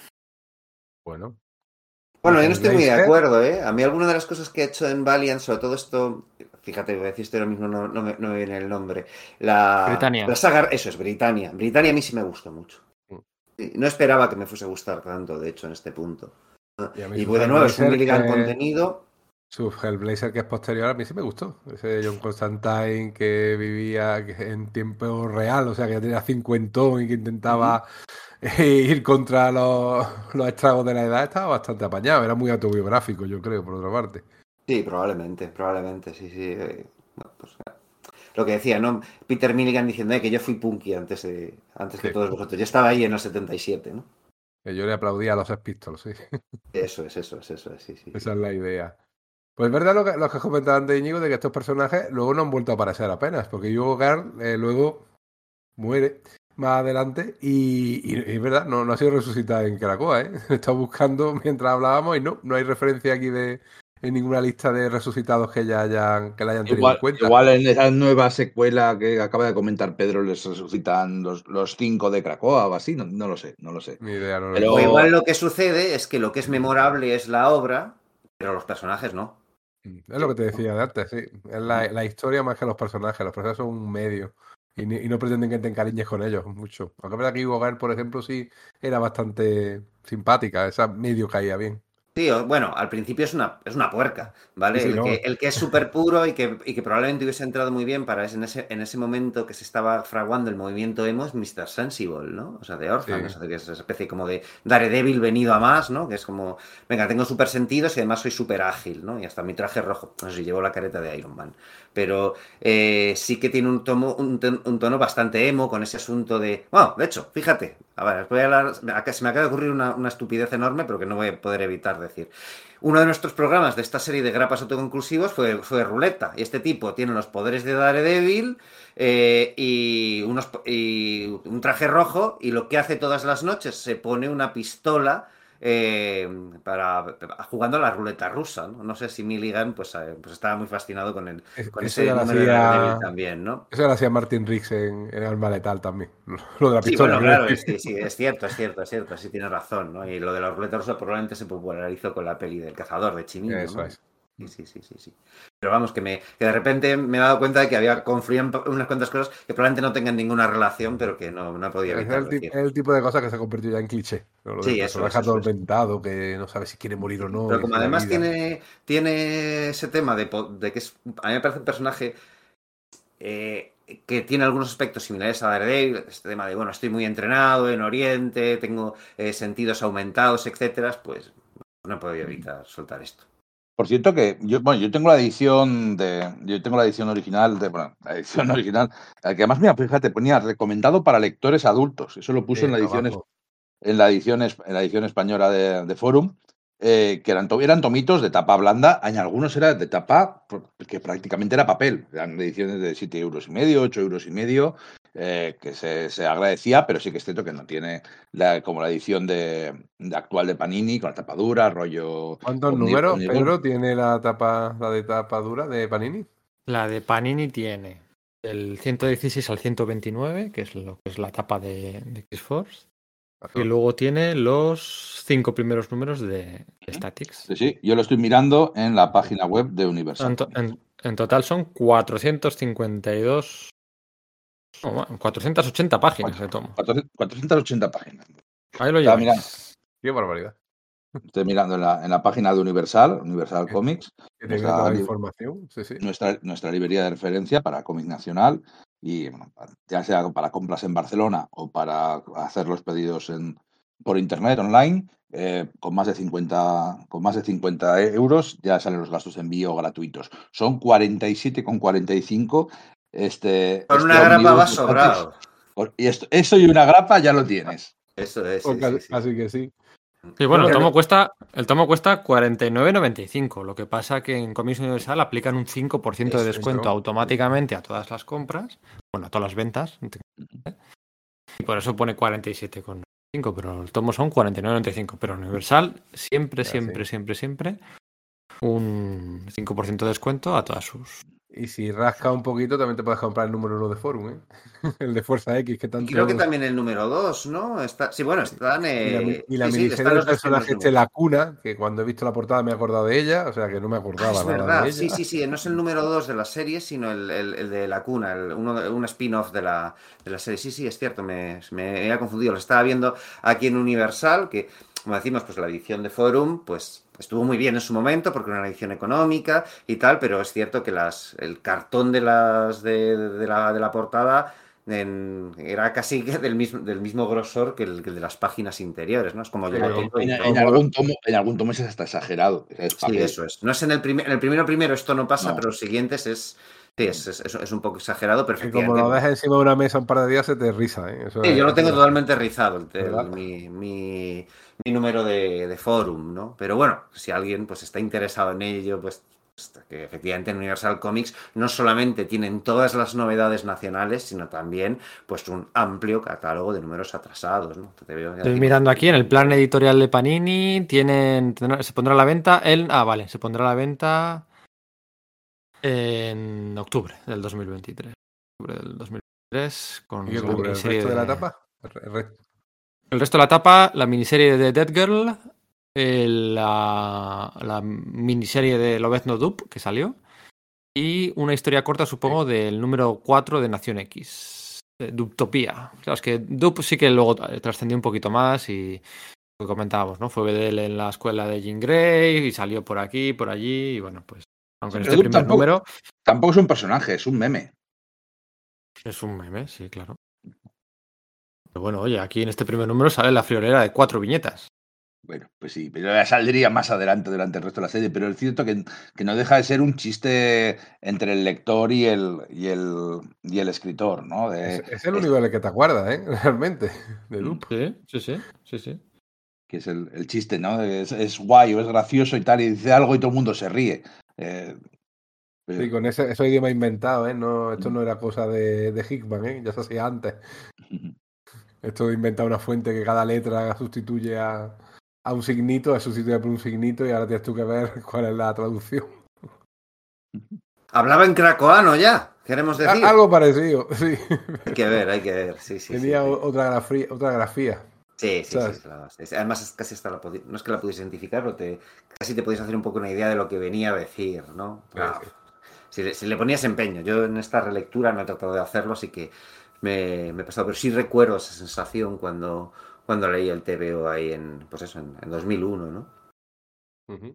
Bueno. Bueno, yo no estoy muy de Hellblazer, acuerdo, ¿eh? A mí alguna de las cosas que he hecho en Valiant, sobre todo esto, fíjate, voy a decir esto ahora mismo, no, no me, no me viene el nombre. La, Britannia. la saga, eso es, Britannia. Britannia a mí sí me gusta mucho. Mm. Sí, no esperaba que me fuese a gustar tanto, de hecho, en este punto. Y a mí Y su pues de nuevo, es un Hellblazer Milligan que- contenido. Su Hellblazer que es posterior a mí sí me gustó. Ese de John Constantine que vivía que en tiempo real, o sea que ya tenía cincuentón y que intentaba eh, ir contra los, los estragos de la edad, estaba bastante apañado. Era muy autobiográfico, yo creo, por otra parte. Sí, probablemente, probablemente, sí, sí. eh, bueno, pues, lo que decía, ¿no? Peter Milligan diciendo eh, que yo fui punky antes, de, antes que Sí. todos vosotros. Yo estaba ahí en los setenta y siete, ¿no? Que yo le aplaudía a los Sex Pistols, sí. Eso es, eso es, eso es, sí, sí. Esa es la idea. Pues es verdad lo que, lo que has comentado antes, Íñigo, de que estos personajes luego no han vuelto a aparecer apenas, porque Hugo Garn eh, luego muere más adelante y, y- y es verdad, no, no ha sido resucitada en Krakoa, ¿eh? He estado buscando mientras hablábamos y no, no hay referencia aquí de en ninguna lista de resucitados que ya hayan, que la hayan tenido Igual, en cuenta. igual en esa nueva secuela que acaba de comentar Pedro les resucitan los, los cinco de Krakoa o así, no, no lo sé, no lo sé. Ni idea, no lo Pero- O sé. igual lo que sucede es que lo que es memorable es la obra, pero los personajes no. Es lo que te decía de antes, sí. Es la, la historia más que los personajes. Los personajes son un medio. Y, ni- y no pretenden que te encariñes con ellos mucho. Aunque es verdad que Hugo Garn, por ejemplo, sí era bastante simpática. Esa medio caía bien. Sí, o- bueno, al principio es una, es una puerca, ¿vale? Sí, sí, el, no. que, el que es súper puro y que, y que probablemente hubiese entrado muy bien para ese- en, ese, en ese momento que se estaba fraguando el movimiento emo es mister Sensible, ¿no? O sea, de Orphan, Sí. o sea, que es esa especie como de Daredevil venido a más, ¿no? Que es como, venga, tengo súper sentidos y además soy súper ágil, ¿no? Y hasta mi traje rojo, no sé si llevo la careta de Iron Man. Pero eh, sí que tiene un, tomo, un, ton- un tono bastante emo con ese asunto de... Bueno, de hecho, fíjate, a ver, os voy a hablar, acá- se me acaba de ocurrir una, una estupidez enorme, pero que no voy a poder evitar decir. Uno de nuestros programas de esta serie de grapas autoconclusivos fue, fue Ruleta. Y este tipo tiene los poderes de Daredevil eh, y, unos, y un traje rojo y lo que hace todas las noches se pone una pistola eh, para, jugando a la ruleta rusa, ¿no? No sé si Milligan pues, eh, pues estaba muy fascinado con, el, con Eso ese ya lo número de hacía, Daredevil también, ¿no? eso ya lo hacía Martin Riggs en, en Alma Letal también. Lo de la Sí, pistola. bueno, quiero claro, decir. sí, sí, es cierto, es cierto, es cierto, sí tienes razón, ¿no? Y lo de la ruleta rusa probablemente se popularizó con la peli del cazador de Chimino, Eso ¿no? es. Sí, sí, sí, sí, sí. Pero vamos, que, me, que de repente me he dado cuenta de que había confluían pa- unas cuantas cosas que probablemente no tengan ninguna relación, pero que no, no podía Es evitar el, tip- decir. es el tipo de cosa que se ha convertido ya en cliché, ¿no? Lo del Sí, eso es, personaje eso es. atormentado que no sabe si quiere morir o no Pero y como si la además vida. tiene, tiene ese tema de, po- de que es, a mí me parece un personaje eh, que tiene algunos aspectos similares a Daredevil, este tema de, bueno, estoy muy entrenado en Oriente, tengo eh, sentidos aumentados, etcétera, pues no he podido evitar soltar esto. Por cierto que yo, bueno, yo tengo la edición de, yo tengo la edición original de, bueno, la edición original, eh, que además, mira, fíjate, ponía recomendado para lectores adultos. Eso lo puso Sí, en la edición, es- abajo. en la edición, es- en la edición española de, de Forum, eh, que eran, to- eran tomitos de tapa blanda, en algunos era de tapa por- que prácticamente era papel, eran ediciones de siete euros y medio, ocho euros y medio, eh, que se, se agradecía, pero sí que es cierto que no tiene la, como la edición de, de actual de Panini, con la tapa dura, rollo ¿Cuántos omni, números, omnigol. Pedro, tiene la tapa, la de tapa dura de Panini? La de Panini tiene del ciento dieciséis al ciento veintinueve, que es lo que es la tapa de, de X-Force. Y luego tiene los cinco primeros números de Statics. Sí, sí, yo lo estoy mirando en la página web de Universal. En, to- en- en total son cuatrocientos cincuenta y dos, no, bueno, cuatrocientas ochenta páginas de tomo. cuatrocientas cuatrocientas ochenta páginas. Ahí lo Estaba mirando, lleváis. Qué barbaridad. estoy mirando en la, en la página de Universal, Universal Que- Comics, Que tenga nuestra, toda la li- información. Sí, sí. nuestra, nuestra librería de referencia para cómic nacional y bueno, ya sea para compras en Barcelona o para hacer los pedidos en, por internet online, eh, con más de cincuenta, con más de cincuenta euros ya salen los gastos de envío gratuitos. Son cuarenta y siete con cuarenta y cinco este, Con este una grapa ómnibus va de Statics. sobrado. Por- Y esto, eso y una grapa ya lo tienes. Eso es, Pues sí, casi, sí, sí. casi que sí. Sí, bueno, No, el pero- tomo cuesta, el tomo cuesta cuarenta y nueve noventa y cinco. Lo que pasa que en Comics Universal aplican un cinco por ciento de Eso, descuento eso. automáticamente a todas las compras, bueno, a todas las ventas. Y por eso pone cuarenta y siete con cinco, pero el tomo son cuarenta y nueve noventa y cinco. Pero en Universal siempre, Ya, siempre, sí. siempre, siempre un cinco por ciento de descuento a todas sus. Y si rasca un poquito, también te puedes comprar el número uno de Forum, ¿eh? El de Fuerza X, que Y tanto. creo que también el número dos, ¿no? Está, sí, bueno, están. Y la, mi- Eh, y la sí, sí, miniserie están del los dos personaje primeros este, números. La Cuna, que cuando he visto la portada me he acordado de ella, o sea que no me Ah, acordaba es nada verdad, de ella. sí, sí, sí, no es el número dos de la serie, sino el, el- el de la cuna, el- uno, de- un spin-off de la, de la serie. Sí, sí, es cierto, me, me había confundido. Lo estaba viendo aquí en Universal, que, como decimos, pues la edición de Forum, pues estuvo muy bien en su momento, porque era una edición económica y tal, pero es cierto que las, el cartón de, las, de, de la, de la portada en- era casi que del mismo, del mismo grosor que el, que el de las páginas interiores, ¿no? Es como yo lo Sí, tengo y En, todo. en algún tomo, en algún tomo es hasta exagerado. Es Sí, papel. eso es. No es en el primer, en el primero primero esto no pasa, No. pero los siguientes es, sí, es, es, es- es un poco exagerado, pero Que como efectivamente. lo pues, dejas encima de una mesa un par de días, se te risa, ¿eh? Eso sí, es- yo lo eso tengo es- totalmente rizado, el- el- ¿Verdad? mi, mi, mi número de, de forum, ¿no? Pero bueno, si alguien pues está interesado en ello, pues que efectivamente en Universal Comics no solamente tienen todas las novedades nacionales, sino también pues un amplio catálogo de números atrasados, ¿no? Te veo- Estoy mirando aquí en el plan editorial de Panini, tienen, tendrá- se pondrá a la venta el, ah, vale, se pondrá a la venta en octubre del dos mil veintitrés. Octubre del dos mil veintitrés con ¿Y qué la cubre el miniserie resto de la de- etapa? El re- el resto. El resto de la tapa, la miniserie de Dead Girl, el- la, la miniserie de Lobezno Dup, que salió, y una historia corta, supongo, del número cuatro de Nación X, de Duptopía. Claro, es que Dup sí que luego trascendió un poquito más y lo que comentábamos, ¿no? Fue de él en la escuela de Jean Grey y salió por aquí, por allí, y bueno, pues, aunque en Pero este Dup primer tampoco- número Tampoco es un personaje, es un meme. es un meme, sí, claro. Pero bueno, oye, aquí en este primer número sale la friolera de cuatro viñetas. Bueno, pues sí, pero ya saldría más adelante durante el resto de la serie, pero es cierto que, que no deja de ser un chiste entre el lector y el, y el, y el escritor, ¿no? De- Es, es el único del que te acuerdas, ¿eh? Realmente. De Mm. Dup. Sí, sí, sí, sí, sí. que es el, el chiste, ¿no? Es, es guay o es gracioso y tal, y dice algo y todo el mundo se ríe. Eh, pero- Sí, con ese, ese idioma inventado, ¿eh? No, esto no era cosa de, de Hickman, ¿eh? Ya se hacía antes. Esto de inventar una fuente que cada letra sustituye a, a un signito, es sustituido por un signito y ahora tienes tú que ver cuál es la traducción. Hablaba en cracoano ya, queremos decir. A- algo parecido, sí. Hay que ver, hay que ver, sí, sí. Tenía sí, sí. otra grafía, otra grafía. Sí, sí, ¿Sabes? sí, claro. Sí, además, es casi hasta la podi- no es que la pudiese identificar, pero te, casi te podías hacer un poco una idea de lo que venía a decir, ¿no? Ah, Sí, sí. si, le, si le ponías empeño. Yo en esta relectura no he tratado de hacerlo, así que me, me he pasado. Pero sí recuerdo esa sensación cuando, cuando leí el T V O ahí en, pues eso, en, en dos mil uno, ¿no? Ujú.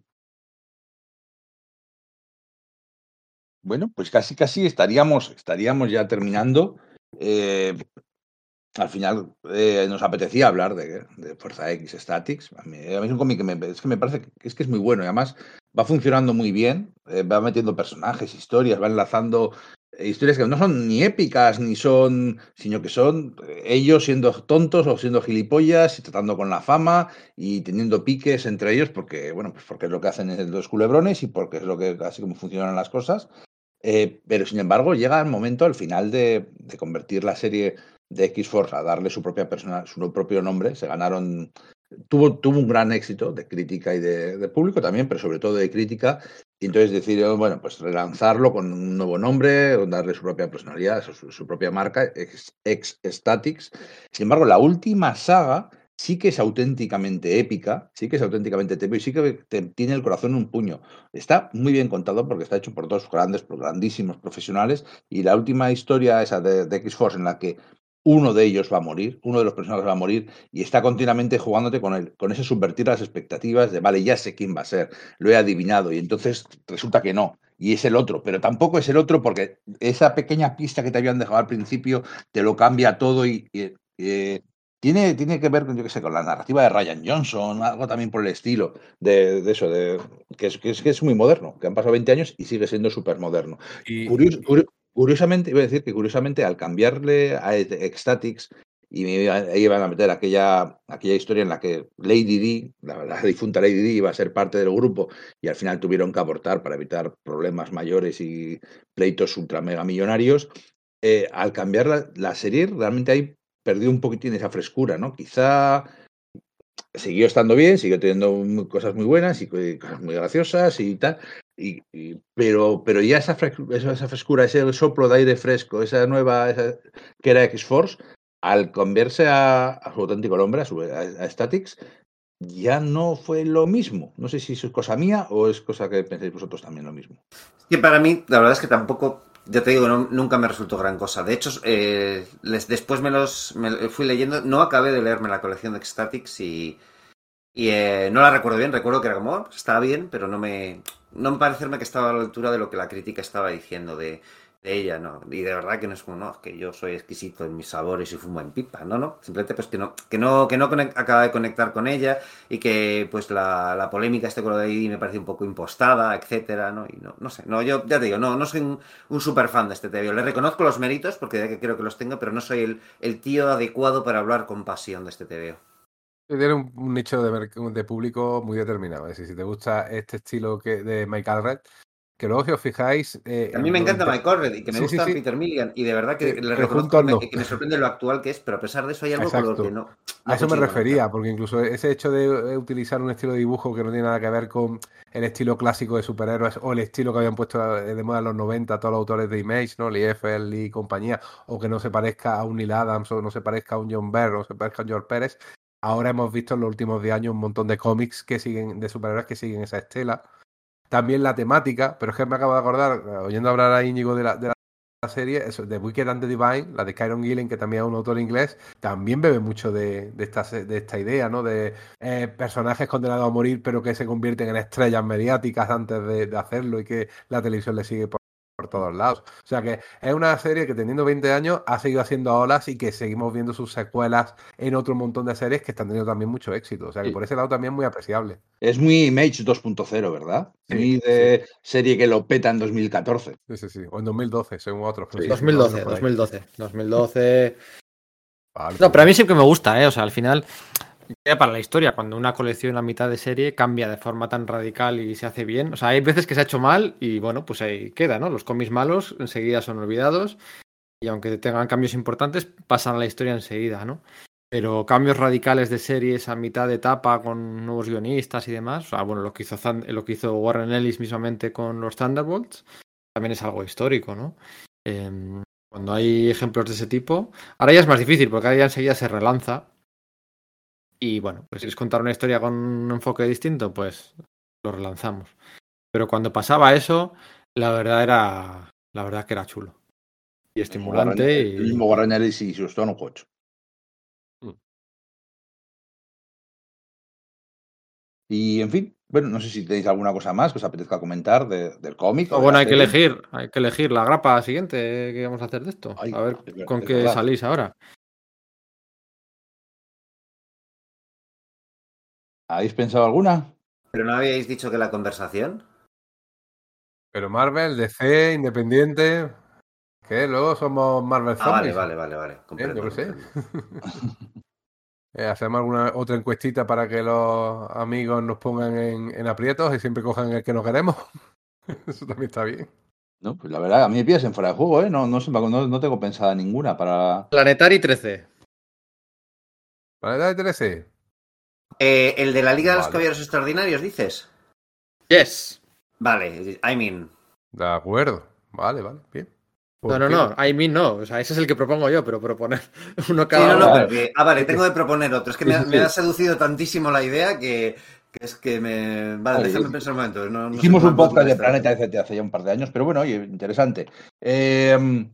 Bueno, pues casi casi estaríamos, estaríamos ya terminando. Eh, al final eh, nos apetecía hablar de, de Fuerza X Statics. A mí, a mí es un cómic que me, es que me parece que es, que es muy bueno y además va funcionando muy bien. Eh, va metiendo personajes, historias, va enlazando eh, historias que no son ni épicas ni son, sino que son eh, ellos siendo tontos o siendo gilipollas y tratando con la fama y teniendo piques entre ellos porque, bueno, pues porque es lo que hacen los culebrones y porque es lo que así como funcionan las cosas. Eh, pero sin embargo, llega el momento al final de, de convertir la serie de X-Force a darle su propia persona, su propio nombre. Se ganaron. Tuvo, tuvo un gran éxito de crítica y de, de público también, pero sobre todo de crítica. Y entonces decidieron, bueno, pues relanzarlo con un nuevo nombre, darle su propia personalidad, su, su propia marca, X-Statics. Sin embargo, la última saga sí que es auténticamente épica, sí que es auténticamente épica y sí que te, tiene el corazón en un puño. Está muy bien contado porque está hecho por dos grandes, por grandísimos profesionales y la última historia esa de, de X-Force en la que uno de ellos va a morir, uno de los personajes va a morir y está continuamente jugándote con, el, con ese subvertir las expectativas de, vale, ya sé quién va a ser, lo he adivinado y entonces resulta que no. Y es el otro, pero tampoco es el otro porque esa pequeña pista que te habían dejado al principio te lo cambia todo y, y eh, tiene, tiene que ver con, yo qué sé, con la narrativa de Ryan Johnson, algo también por el estilo de, de eso, de, que, es, que, es, que es muy moderno, que han pasado veinte años y sigue siendo súper moderno. Y, Curios, curio, curiosamente, iba a decir que curiosamente al cambiarle a Ecstatics y ahí iban a meter aquella, aquella historia en la que Lady D, la, la difunta Lady D, iba a ser parte del grupo y al final tuvieron que abortar para evitar problemas mayores y pleitos ultra mega millonarios. Eh, al cambiar la, la serie, realmente ahí perdió un poquitín esa frescura, ¿no? Quizá siguió estando bien, siguió teniendo muy, cosas muy buenas y cosas muy graciosas y tal, y, y, pero, pero ya esa, esa, esa frescura, ese soplo de aire fresco, esa nueva, esa, que era X-Force, al cambiarse a, a su auténtico nombre, a, su, a, a Statics, ya no fue lo mismo. No sé si eso es cosa mía o es cosa que pensáis vosotros también lo mismo. Que para mí, la verdad es que tampoco, ya te digo, no, nunca me resultó gran cosa. De hecho, eh, les, después me los me fui leyendo, no acabé de leerme la colección de Ecstatics y, y eh, no la recuerdo bien. Recuerdo que era como, oh, pues estaba bien, pero no me, no me parecerme que estaba a la altura de lo que la crítica estaba diciendo de, de ella, ¿no? Y de verdad que no es como, no, es que yo soy exquisito en mis sabores y fumo en pipa, no, no. Simplemente pues que no, que no, que no acaba de conectar con ella y que pues la, la polémica este con lo de ahí me parece un poco impostada, etcétera, ¿no? Y no, no sé, no, yo ya te digo, no, no soy un, un super fan de este T V O. Le reconozco los méritos porque ya que creo que los tengo, pero no soy el, el tío adecuado para hablar con pasión de este T V O. Tiene un, un nicho de, de público muy determinado. Es decir, si te gusta este estilo que, de Mike Allred, que luego si os fijáis... Eh, a mí me encanta Mike Allred y que me sí, gusta sí, sí. Peter Milligan y de verdad que eh, le reconozco que me, que me sorprende lo actual que es, pero a pesar de eso hay algo Exacto. con lo que no... no a eso me refería, conectar. porque incluso ese hecho de utilizar un estilo de dibujo que no tiene nada que ver con el estilo clásico de superhéroes o el estilo que habían puesto de moda en los noventa todos los autores de Image, ¿no? Lee Effel y compañía, o que no se parezca a un Neil Adams o no se parezca a un John Byrne o no se parezca a un George Pérez. Ahora hemos visto en los últimos diez años un montón de cómics que siguen, de superhéroes que siguen esa estela. También la temática, pero es que me acabo de acordar, oyendo hablar a Íñigo de la, de la serie, eso, de Wicked and the Divine, la de Kieron Gillen, que también es un autor inglés, también bebe mucho de, de, esta, de esta idea, ¿no? De eh, personajes condenados a morir, pero que se convierten en estrellas mediáticas antes de, de hacerlo y que la televisión le sigue por por todos lados. O sea que es una serie que teniendo veinte años ha seguido haciendo olas y que seguimos viendo sus secuelas en otro montón de series que están teniendo también mucho éxito. O sea que Sí. por ese lado también muy apreciable. Es muy Image dos punto cero, ¿verdad? Sí, muy de sí. serie que lo peta en dos mil catorce. Sí, sí, sí. O en dos mil doce, según otros. Sí. dos mil doce, dos mil doce. dos mil doce. Vale, no, pero a mí siempre me gusta, ¿eh? O sea, al final, para la historia, cuando una colección a mitad de serie cambia de forma tan radical y se hace bien. O sea, hay veces que se ha hecho mal y bueno, pues ahí queda, ¿no? Los cómics malos enseguida son olvidados y aunque tengan cambios importantes, pasan a la historia enseguida, ¿no? Pero cambios radicales de series a mitad de etapa con nuevos guionistas y demás, o sea, bueno, lo que hizo, Thund- lo que hizo Warren Ellis mismamente con los Thunderbolts, también es algo histórico, ¿no? Em, cuando hay ejemplos de ese tipo, ahora ya es más difícil porque ahora ya enseguida se relanza y bueno, pues si es contar una historia con un enfoque distinto, pues lo relanzamos. Pero cuando pasaba eso, la verdad era, la verdad que era chulo y estimulante El y mismo Warren Ellis y sus Stone Coach. Y en fin, bueno, no sé si tenéis alguna cosa más que os apetezca comentar de- del cómic. Oh, o de bueno, la hay que serie. elegir, hay que elegir la grapa siguiente que vamos a hacer de esto. Ay, A ver es ver- con es qué verdad. salís ahora. ¿Habéis pensado alguna? ¿Pero no habíais dicho que la conversación? Pero Marvel, D C, Independiente. ¿Qué? Luego somos Marvel Ah, vale, Zombies. vale, vale, vale. Eh, Comprendo, yo qué sé. comprendo. Eh, hacemos alguna otra encuestita para que los amigos nos pongan en, en aprietos y siempre cojan el que no queremos. Eso también está bien. No, pues la verdad, a mí me pillas en fuera de juego, ¿eh? No, no, se me- no, no tengo pensada ninguna para. Planetary trece. ¿Vale? Dale trece. Eh, ¿El de la Liga de los Vale. Caballeros Extraordinarios, dices? Yes. Vale, I mean. De acuerdo. Vale, vale, bien. No, ¿Por no, qué? no. I mean no. O sea, ese es el que propongo yo, pero proponer uno Sí, cada no, no, uno. pero que. Ah, vale, tengo de proponer otro. Es que Sí, me, ha- sí, me sí. ha seducido tantísimo la idea que, que es que me. Vale, Vale, déjame y- pensar un momento. No, no sé Hicimos cómo un puedo podcast de contestar. Planeta Etcétera hace ya un par de años, pero bueno, oye, interesante. Eh,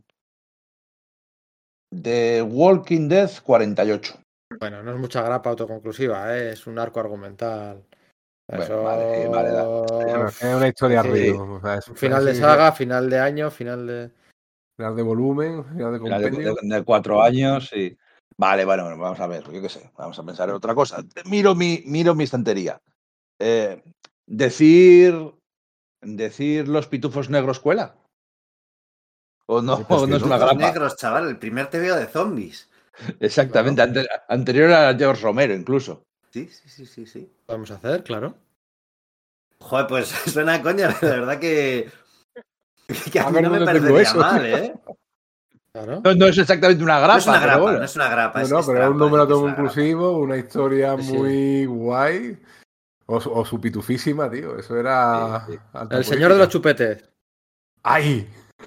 The Walking Dead cuarenta y ocho. Bueno, no es mucha grapa autoconclusiva, ¿eh? Es un arco argumental. Bueno, Eso... vale, sí, vale, da. Bueno, es que es una historia Sí, arriba. sí. O sea, es- Un final de sí, saga, final de año, final de... final de volumen, final de Era de, compendio. de- de cuatro años, sí. Vale, bueno, bueno, vamos a ver, yo qué sé, vamos a pensar en otra cosa. Miro mi, miro mi estantería. Eh, decir, decir los pitufos negros cuela. O no, Sí, pues o sí, no es ¿no? una Los grapa. negros, chaval, el primer T V O de zombies. Exactamente, ante- anterior a George Romero incluso. Sí, sí, sí, sí, sí. Podemos hacer, claro. Joder, pues suena a coña, la verdad que. Que a A mí ver no me dónde tengo parecería eso. mal, ¿eh? Claro. No, no es exactamente una grapa, No es una pero grapa, bueno. no es una grapa. No, es, no, es pero es un trampa número decir que es todo una grapa. inclusivo, una historia Sí, sí. muy guay. O, su- o su pitufísima, tío. Eso era Sí, sí. alta El señor de los política. chupetes. ¡Ay!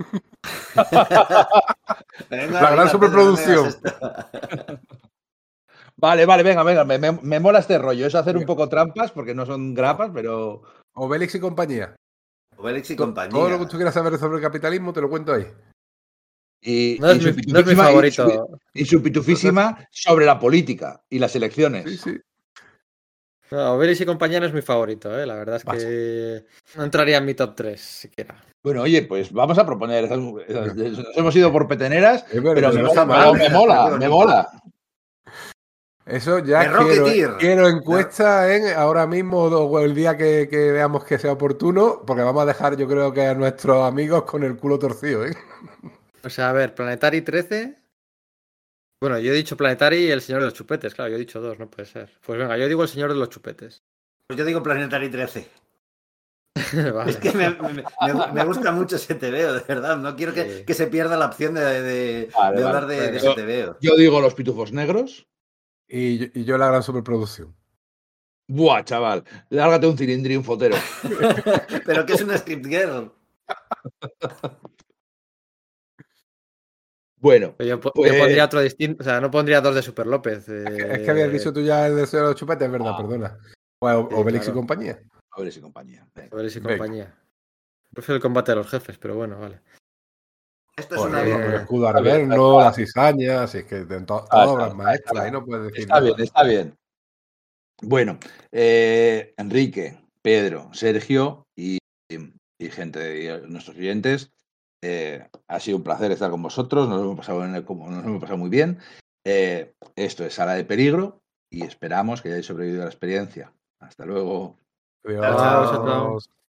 Venga, La gran arriba, Pedro, no me hagas superproducción. esto. Vale, vale, venga, venga, me, me- me mola este rollo. Es hacer un Venga. poco trampas, porque no son grapas, pero. Obelix y compañía. Obelix y To- compañía. Todo lo que tú quieras saber sobre el capitalismo te lo cuento ahí. Y, No es, y su mi, no es mi pitufísima- y su- favorito. y su pitufísima sobre la política y las elecciones. Sí, sí. No, Obelix y compañía no es mi favorito, ¿eh? La verdad es Vaya. que no entraría en mi top tres siquiera. Bueno, oye, pues vamos a proponer. esas- esas- Nos hemos ido por peteneras, Es verdad, pero eso me, no está mola, mal. me mola, me mola. Eso ya De quiero, Rocketeer. quiero encuesta en ahora mismo o el día que, que veamos que sea oportuno, porque vamos a dejar yo creo que a nuestros amigos con el culo torcido, ¿eh? O sea, a ver, Planetary trece. Bueno, yo he dicho Planetary y el señor de los chupetes, claro, yo he dicho dos, no puede ser. Pues venga, yo digo el señor de los chupetes. Pues yo digo Planetary trece. Vale. Es que me, me- me- me gusta mucho ese T V O, de verdad. No quiero que, Sí. que se pierda la opción de, de- Vale, de vale. hablar de, de Venga. ese T V O. Yo digo los pitufos negros. Y, yo- y yo la gran superproducción. Buah, chaval, lárgate un cilindro y un fotero. Pero que es una script girl. Bueno, Yo, po- Pues- yo pondría otro distinto, o sea, no pondría dos de Super López. Es que, eh, es que habías dicho tú ya el deseo de los chupetes, es verdad, Ah. perdona. Pues O- Sí, Obelix claro. y compañía. a ver si compañía. Venga. Obelix y Venga. compañía. Prefiero el combate de los jefes, pero bueno, vale. Esto es Joder, una el locura. escudo Está bien, arverno, está las cizañas, así es que de to- Ah, todas está, obras está, maestras, está. ahí no puedes decir Está nada. bien, está bien. Bueno, eh, Enrique, Pedro, Sergio y, y gente de nuestros oyentes, eh, ha sido un placer estar con vosotros, nos hemos pasado, en el- como- nos hemos pasado muy bien. Eh, esto es Sala de Peligro y esperamos que hayáis sobrevivido a la experiencia. Hasta luego. Adiós. Chao, chao.